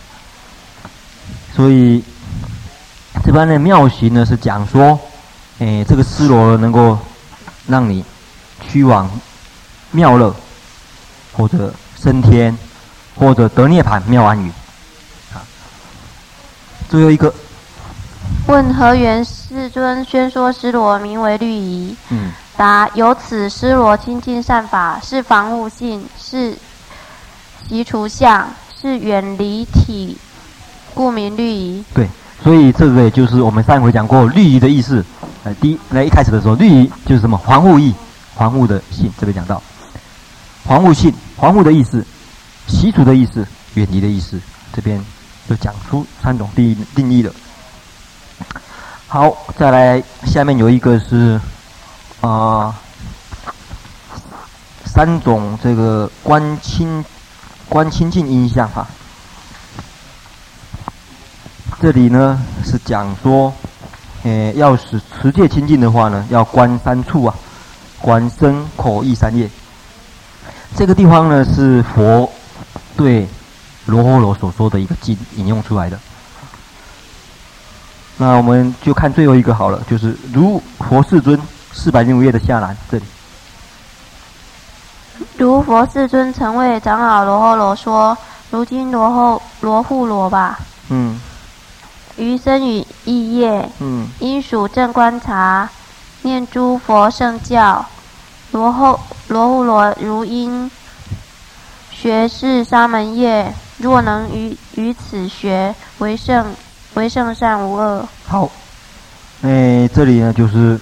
所以这般的妙行呢，是讲说，哎，这个尸罗能够让你驱往妙乐，或者升天。或者得涅盘妙安语，啊，最后一个， 问何缘世尊宣说尸罗名为律仪？ 嗯， 答：由此尸罗清净善法，是防护性，是习除相，是远离体，故名律仪。 对，所以这个也就是我们上回讲过律仪的意思。呃，第一，来一开始的时候，律仪就是什么？防护意，防护的性，这边讲到，防护性，防护的意思。习除的意思，远离的意思，这边就讲出三种定义定义了。好，再来下面有一个是啊、呃、三种这个观亲观亲近因相哈。这里呢是讲说，呃，要使持戒清净的话呢，要观三处啊，观身口意三业。这个地方呢是佛对罗睺罗所说的一个经引用出来的。那我们就看最后一个好了，就是如佛世尊四百零五页的下栏这里。 如佛世尊曾为长老罗睺罗说：如今罗睺罗睺罗吧。 嗯。 于身语意业， 嗯， 应属正观察，念诸佛圣教。罗睺罗睺罗如因学是沙门业，若能于于此学，为圣为圣善无恶。 好，哎，这里呢就是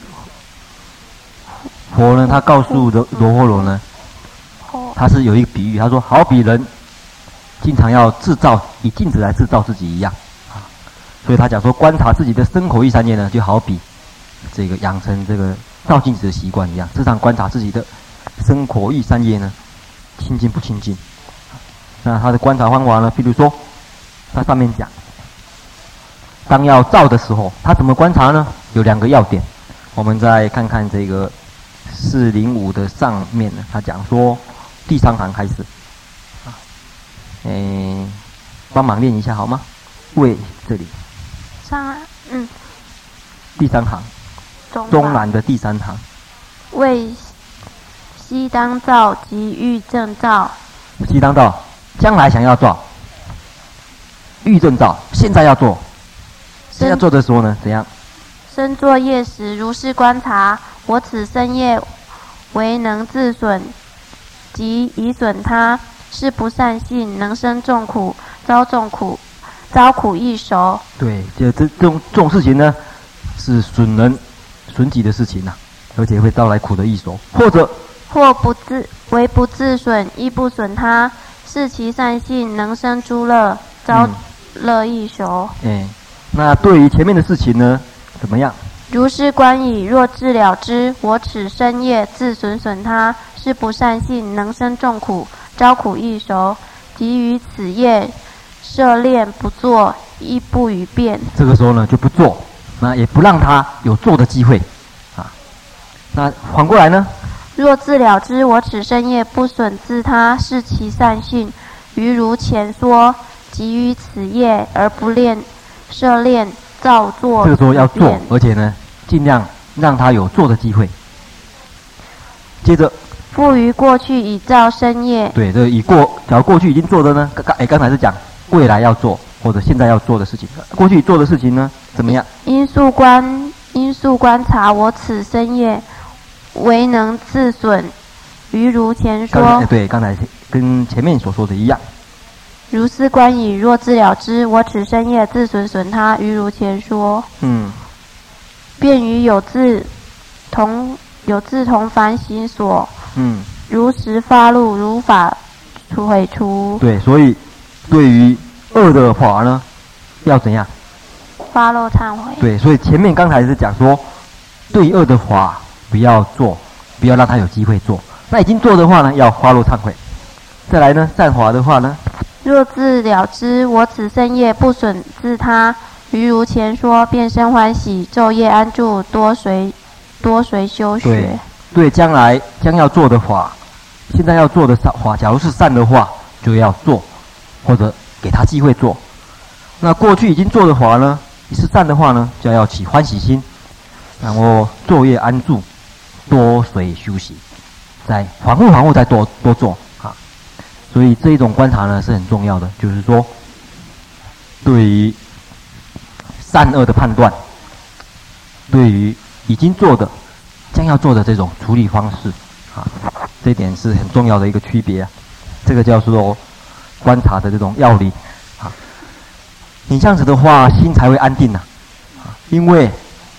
佛呢，他告诉罗罗睺罗呢，他是有一个比喻，他说好比人经常要制造以镜子来制造自己一样。所以他讲说，观察自己的身口意三业呢，就好比这个养成这个照镜子的习惯一样，时常观察自己的身口意三业呢，清净不清净。那他的观察方法呢，譬如说，他上面讲，当要照的时候，他怎么观察呢？有两个要点，我们再看看这个四零五的上面呢，他讲说第三行开始，啊，诶，帮忙练一下好吗？为这里。 上嗯， 第三行，中南的第三行， 为悉当造及欲正造。 悉当造，将来想要做，欲正造，现在要做。现在做的时候呢，怎样？ 身作业时，如是观察：我此身业为能自损，及以损他，是不善性，能生众苦，遭众苦。遭苦易熟。 对，这这这种这种事情呢，是损人损己的事情呐、啊，而且会招来苦的易熟。或者或不自为不自损，亦不损他，是其善性，能生诸乐，遭乐易熟。 嗯，那对于前面的事情呢，怎么样？ 如是观矣，若自了之，我此身业自损损他，是不善性，能生众苦，招苦易熟。及于此业。设练不做，亦不与变。这个时候呢，就不做，那也不让他有做的机会，啊。那反过来呢？ 若自了知我此身业不损自他，是其善性。于如前说，急于此业而不练，设练造作。 这个时候要做，而且呢，尽量让他有做的机会。接着。 复于过去已造身业。 对，这以过，假如过去已经做的呢，刚哎刚才是讲。未来要做或者现在要做的事情，过去做的事情呢，怎么样？ 因素观因素观察我此身业，唯能自损。于如前说， 刚才对，刚才跟前面所说的一样。 如是观矣，若自了知，我此身业自损损他，于如前说。 嗯。 便于有自同有自同反省所。 嗯。 如实发露，如法除毁除。 对，所以。对于恶的法呢，要怎样？ 发露忏悔。 对，所以前面刚才是讲说，对于恶的法不要做，不要让他有机会做。那已经做的话呢，要发露忏悔。再来呢，善法的话呢， 若自了知我此身业不损自他，于如前说，便生欢喜，昼夜安住，多随多随修学。 对，对，将来将要做的法，现在要做的法，假如是善的话，就要做。或者给他机会做，那过去已经做的话呢，是善的话呢，就要起欢喜心，然后昼夜安住，多随休息，再反复反复再多多做啊。所以这一种观察呢是很重要的，就是说，对于善恶的判断，对于已经做的、将要做的这种处理方式啊，这一点是很重要的一个区别啊。这个叫做。观察的这种要领啊，你这样子的话，心才会安定呐、啊，啊，因为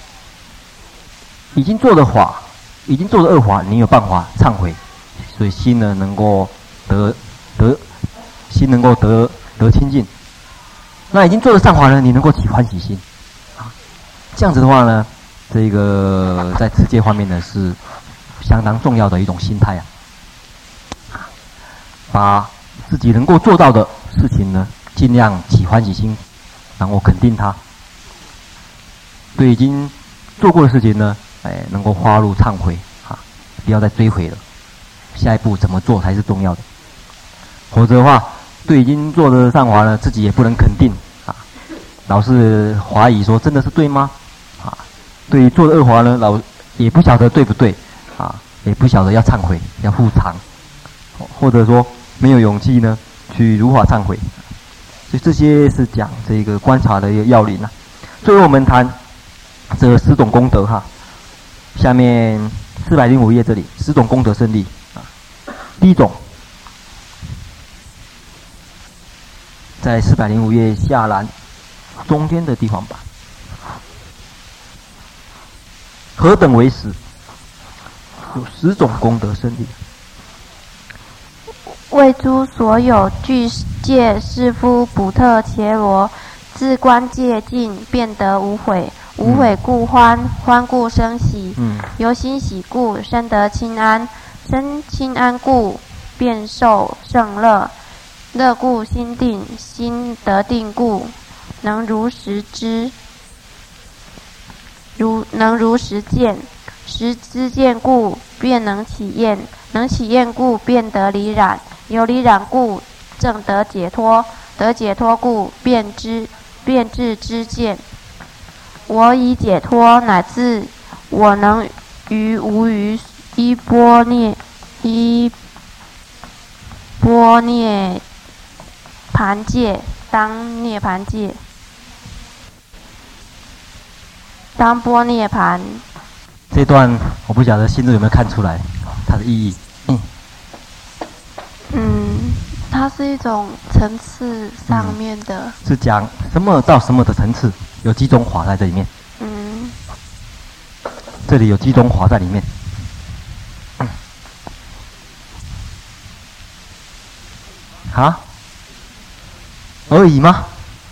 已经做的法，已经做的恶法，你有办法忏悔，所以心呢能够得得心能够得得清净。 那已经做了上华呢，你能够起欢喜心，啊，这样子的话呢，这个在持戒方面呢是相当重要的一种心态啊。把自己能够做到的事情呢，尽量起欢喜心，然后肯定它。对已经做过的事情呢，哎，能够花入忏悔啊，不要再追悔了。下一步怎么做才是重要的。否则的话，对已经做的上华呢，自己也不能肯定啊，老是怀疑说真的是对吗？啊，对于做的恶华呢，老也不晓得对不对啊，也不晓得要忏悔要复偿，或者说没有勇气呢去如法忏悔。所以这些是讲这个观察的一个要领啊。最后我们谈这十种功德哈，下面四百零五页这里十种功德胜利啊。第一种，在四百零五页下栏中间的地方吧。何等为十？有十种功德胜利。 为诸所有具戒士夫补特伽罗，自观戒尽，便得无悔。无悔故欢，欢故生喜。 嗯， 由心喜故，生得清安。生清安故，便受胜乐。乐故心定，心得定故，能如实知，如能如实见。实知见故，便能起厌。能起厌故，便得离染。由离染故，正得解脱。得解脱故，便知便至知见。我已解脱，乃至我能于无余依波涅依波涅盘界，当涅盘界，当波涅盘。 这段我不晓得心中有没有看出来它的意义。嗯， 嗯，它是一种层次上面的， 嗯、是讲什么到什么的层次，有几种法在这里面。 嗯， 这里有几种法在里面。嗯、啊？而已吗？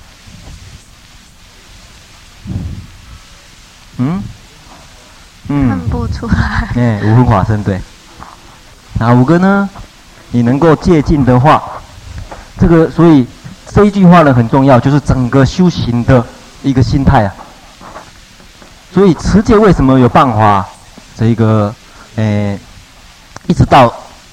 嗯？嗯， 看不出来。 哎，五分法身对。哪五个呢？你能够戒尽的话，这个所以这一句话呢很重要，就是整个修行的一个心态啊。所以持戒为什么有办法这个诶一直到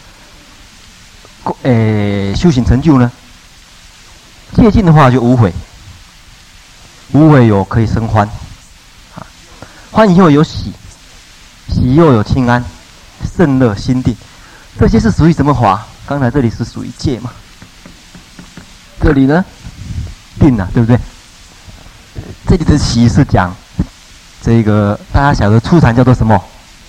诶修行成就呢？戒尽的话就无悔，无悔有可以生欢，啊，欢以后有喜。喜又有清安，胜乐心定，这些是属于什么法？刚才这里是属于戒嘛，这里呢定啊，对不对？这里的喜是讲这个大家晓得初禅叫做什么？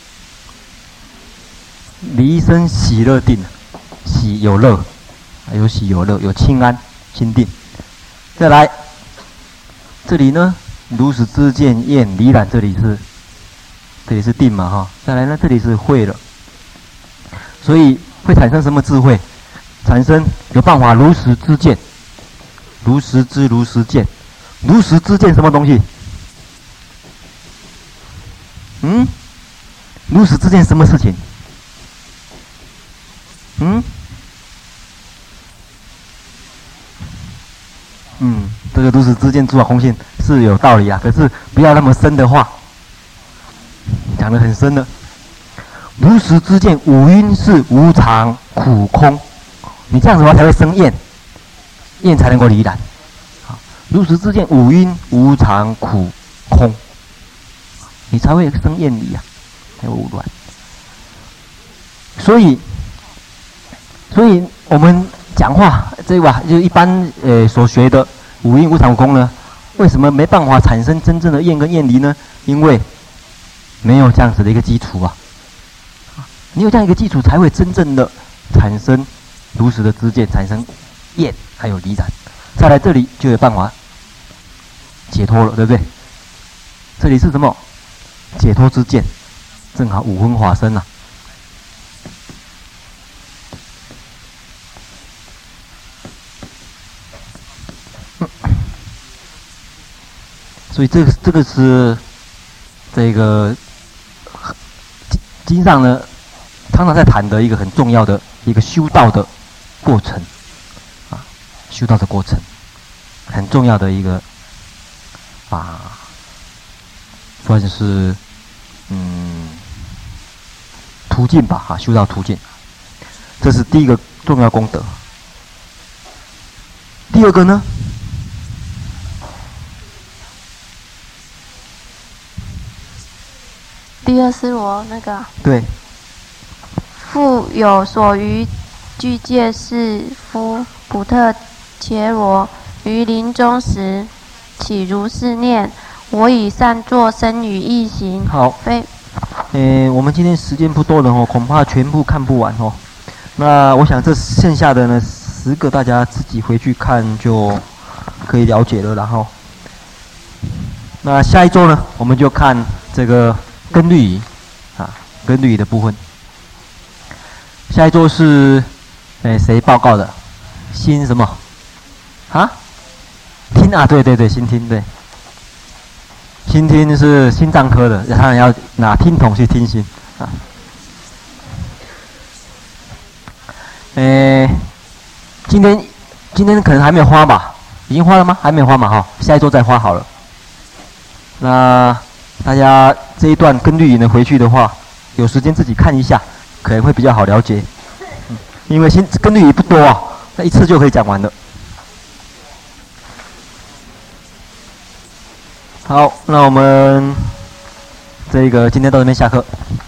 离生喜乐定，喜有乐，有喜有乐，有清安心定。再来，这里呢如实知见厌离染，这里是。这里是定嘛哈，再来呢，这里是慧了，所以会产生什么智慧？产生有办法如实知见，如实知如实见，如实知见什么东西？嗯，如实知见什么事情？嗯，嗯，这个如实知见诸法空性是有道理啊，可是不要那么深的话。讲得很深了，如实知见五蕴是无常苦空，你这样子的话才会生厌，厌才能够离染。如实知见五蕴无常苦空，你才会生厌离啊，才会无乱。所以，所以我们讲话这个就一般呃所学的五蕴无常苦空呢，为什么没办法产生真正的厌跟厌离呢？因为没有这样子的一个基础啊，你有这样一个基础，才会真正的产生如实的知见，产生厌还有离染。再来这里就有办法解脱了，对不对？这里是什么？解脱之见，正好五分法身啊。嗯、 所以这个这个是这个经经上呢，常常在谈的一个很重要的一个修道的过程啊，修道的过程很重要的一个啊，算是嗯途径吧啊，修道途径，这是第一个重要功德。第二个呢？ 第二是我那个对， 复有所于具戒士夫普特伽罗于临终时，起如是念：我以善作身语意行。 好， 非， 诶，我们今天时间不多了哦，恐怕全部看不完哦。那我想这剩下的呢，十个大家自己回去看就可以了解了。然后，那下一周呢，我们就看这个根律仪啊，根律仪的部分。下一周是诶谁报告的？新什么？啊？听啊，对对对，新听对。心听是心脏科的，当然要拿听筒去听心啊。诶，今天今天可能还没有花吧？已经花了吗？还没有花嘛哈，下一周再花好了。那大家这一段跟律仪呢回去的话，有时间自己看一下，可能会比较好了解。嗯，因为新跟律仪不多啊，那一次就可以讲完了。好，那我们这个今天到这边下课。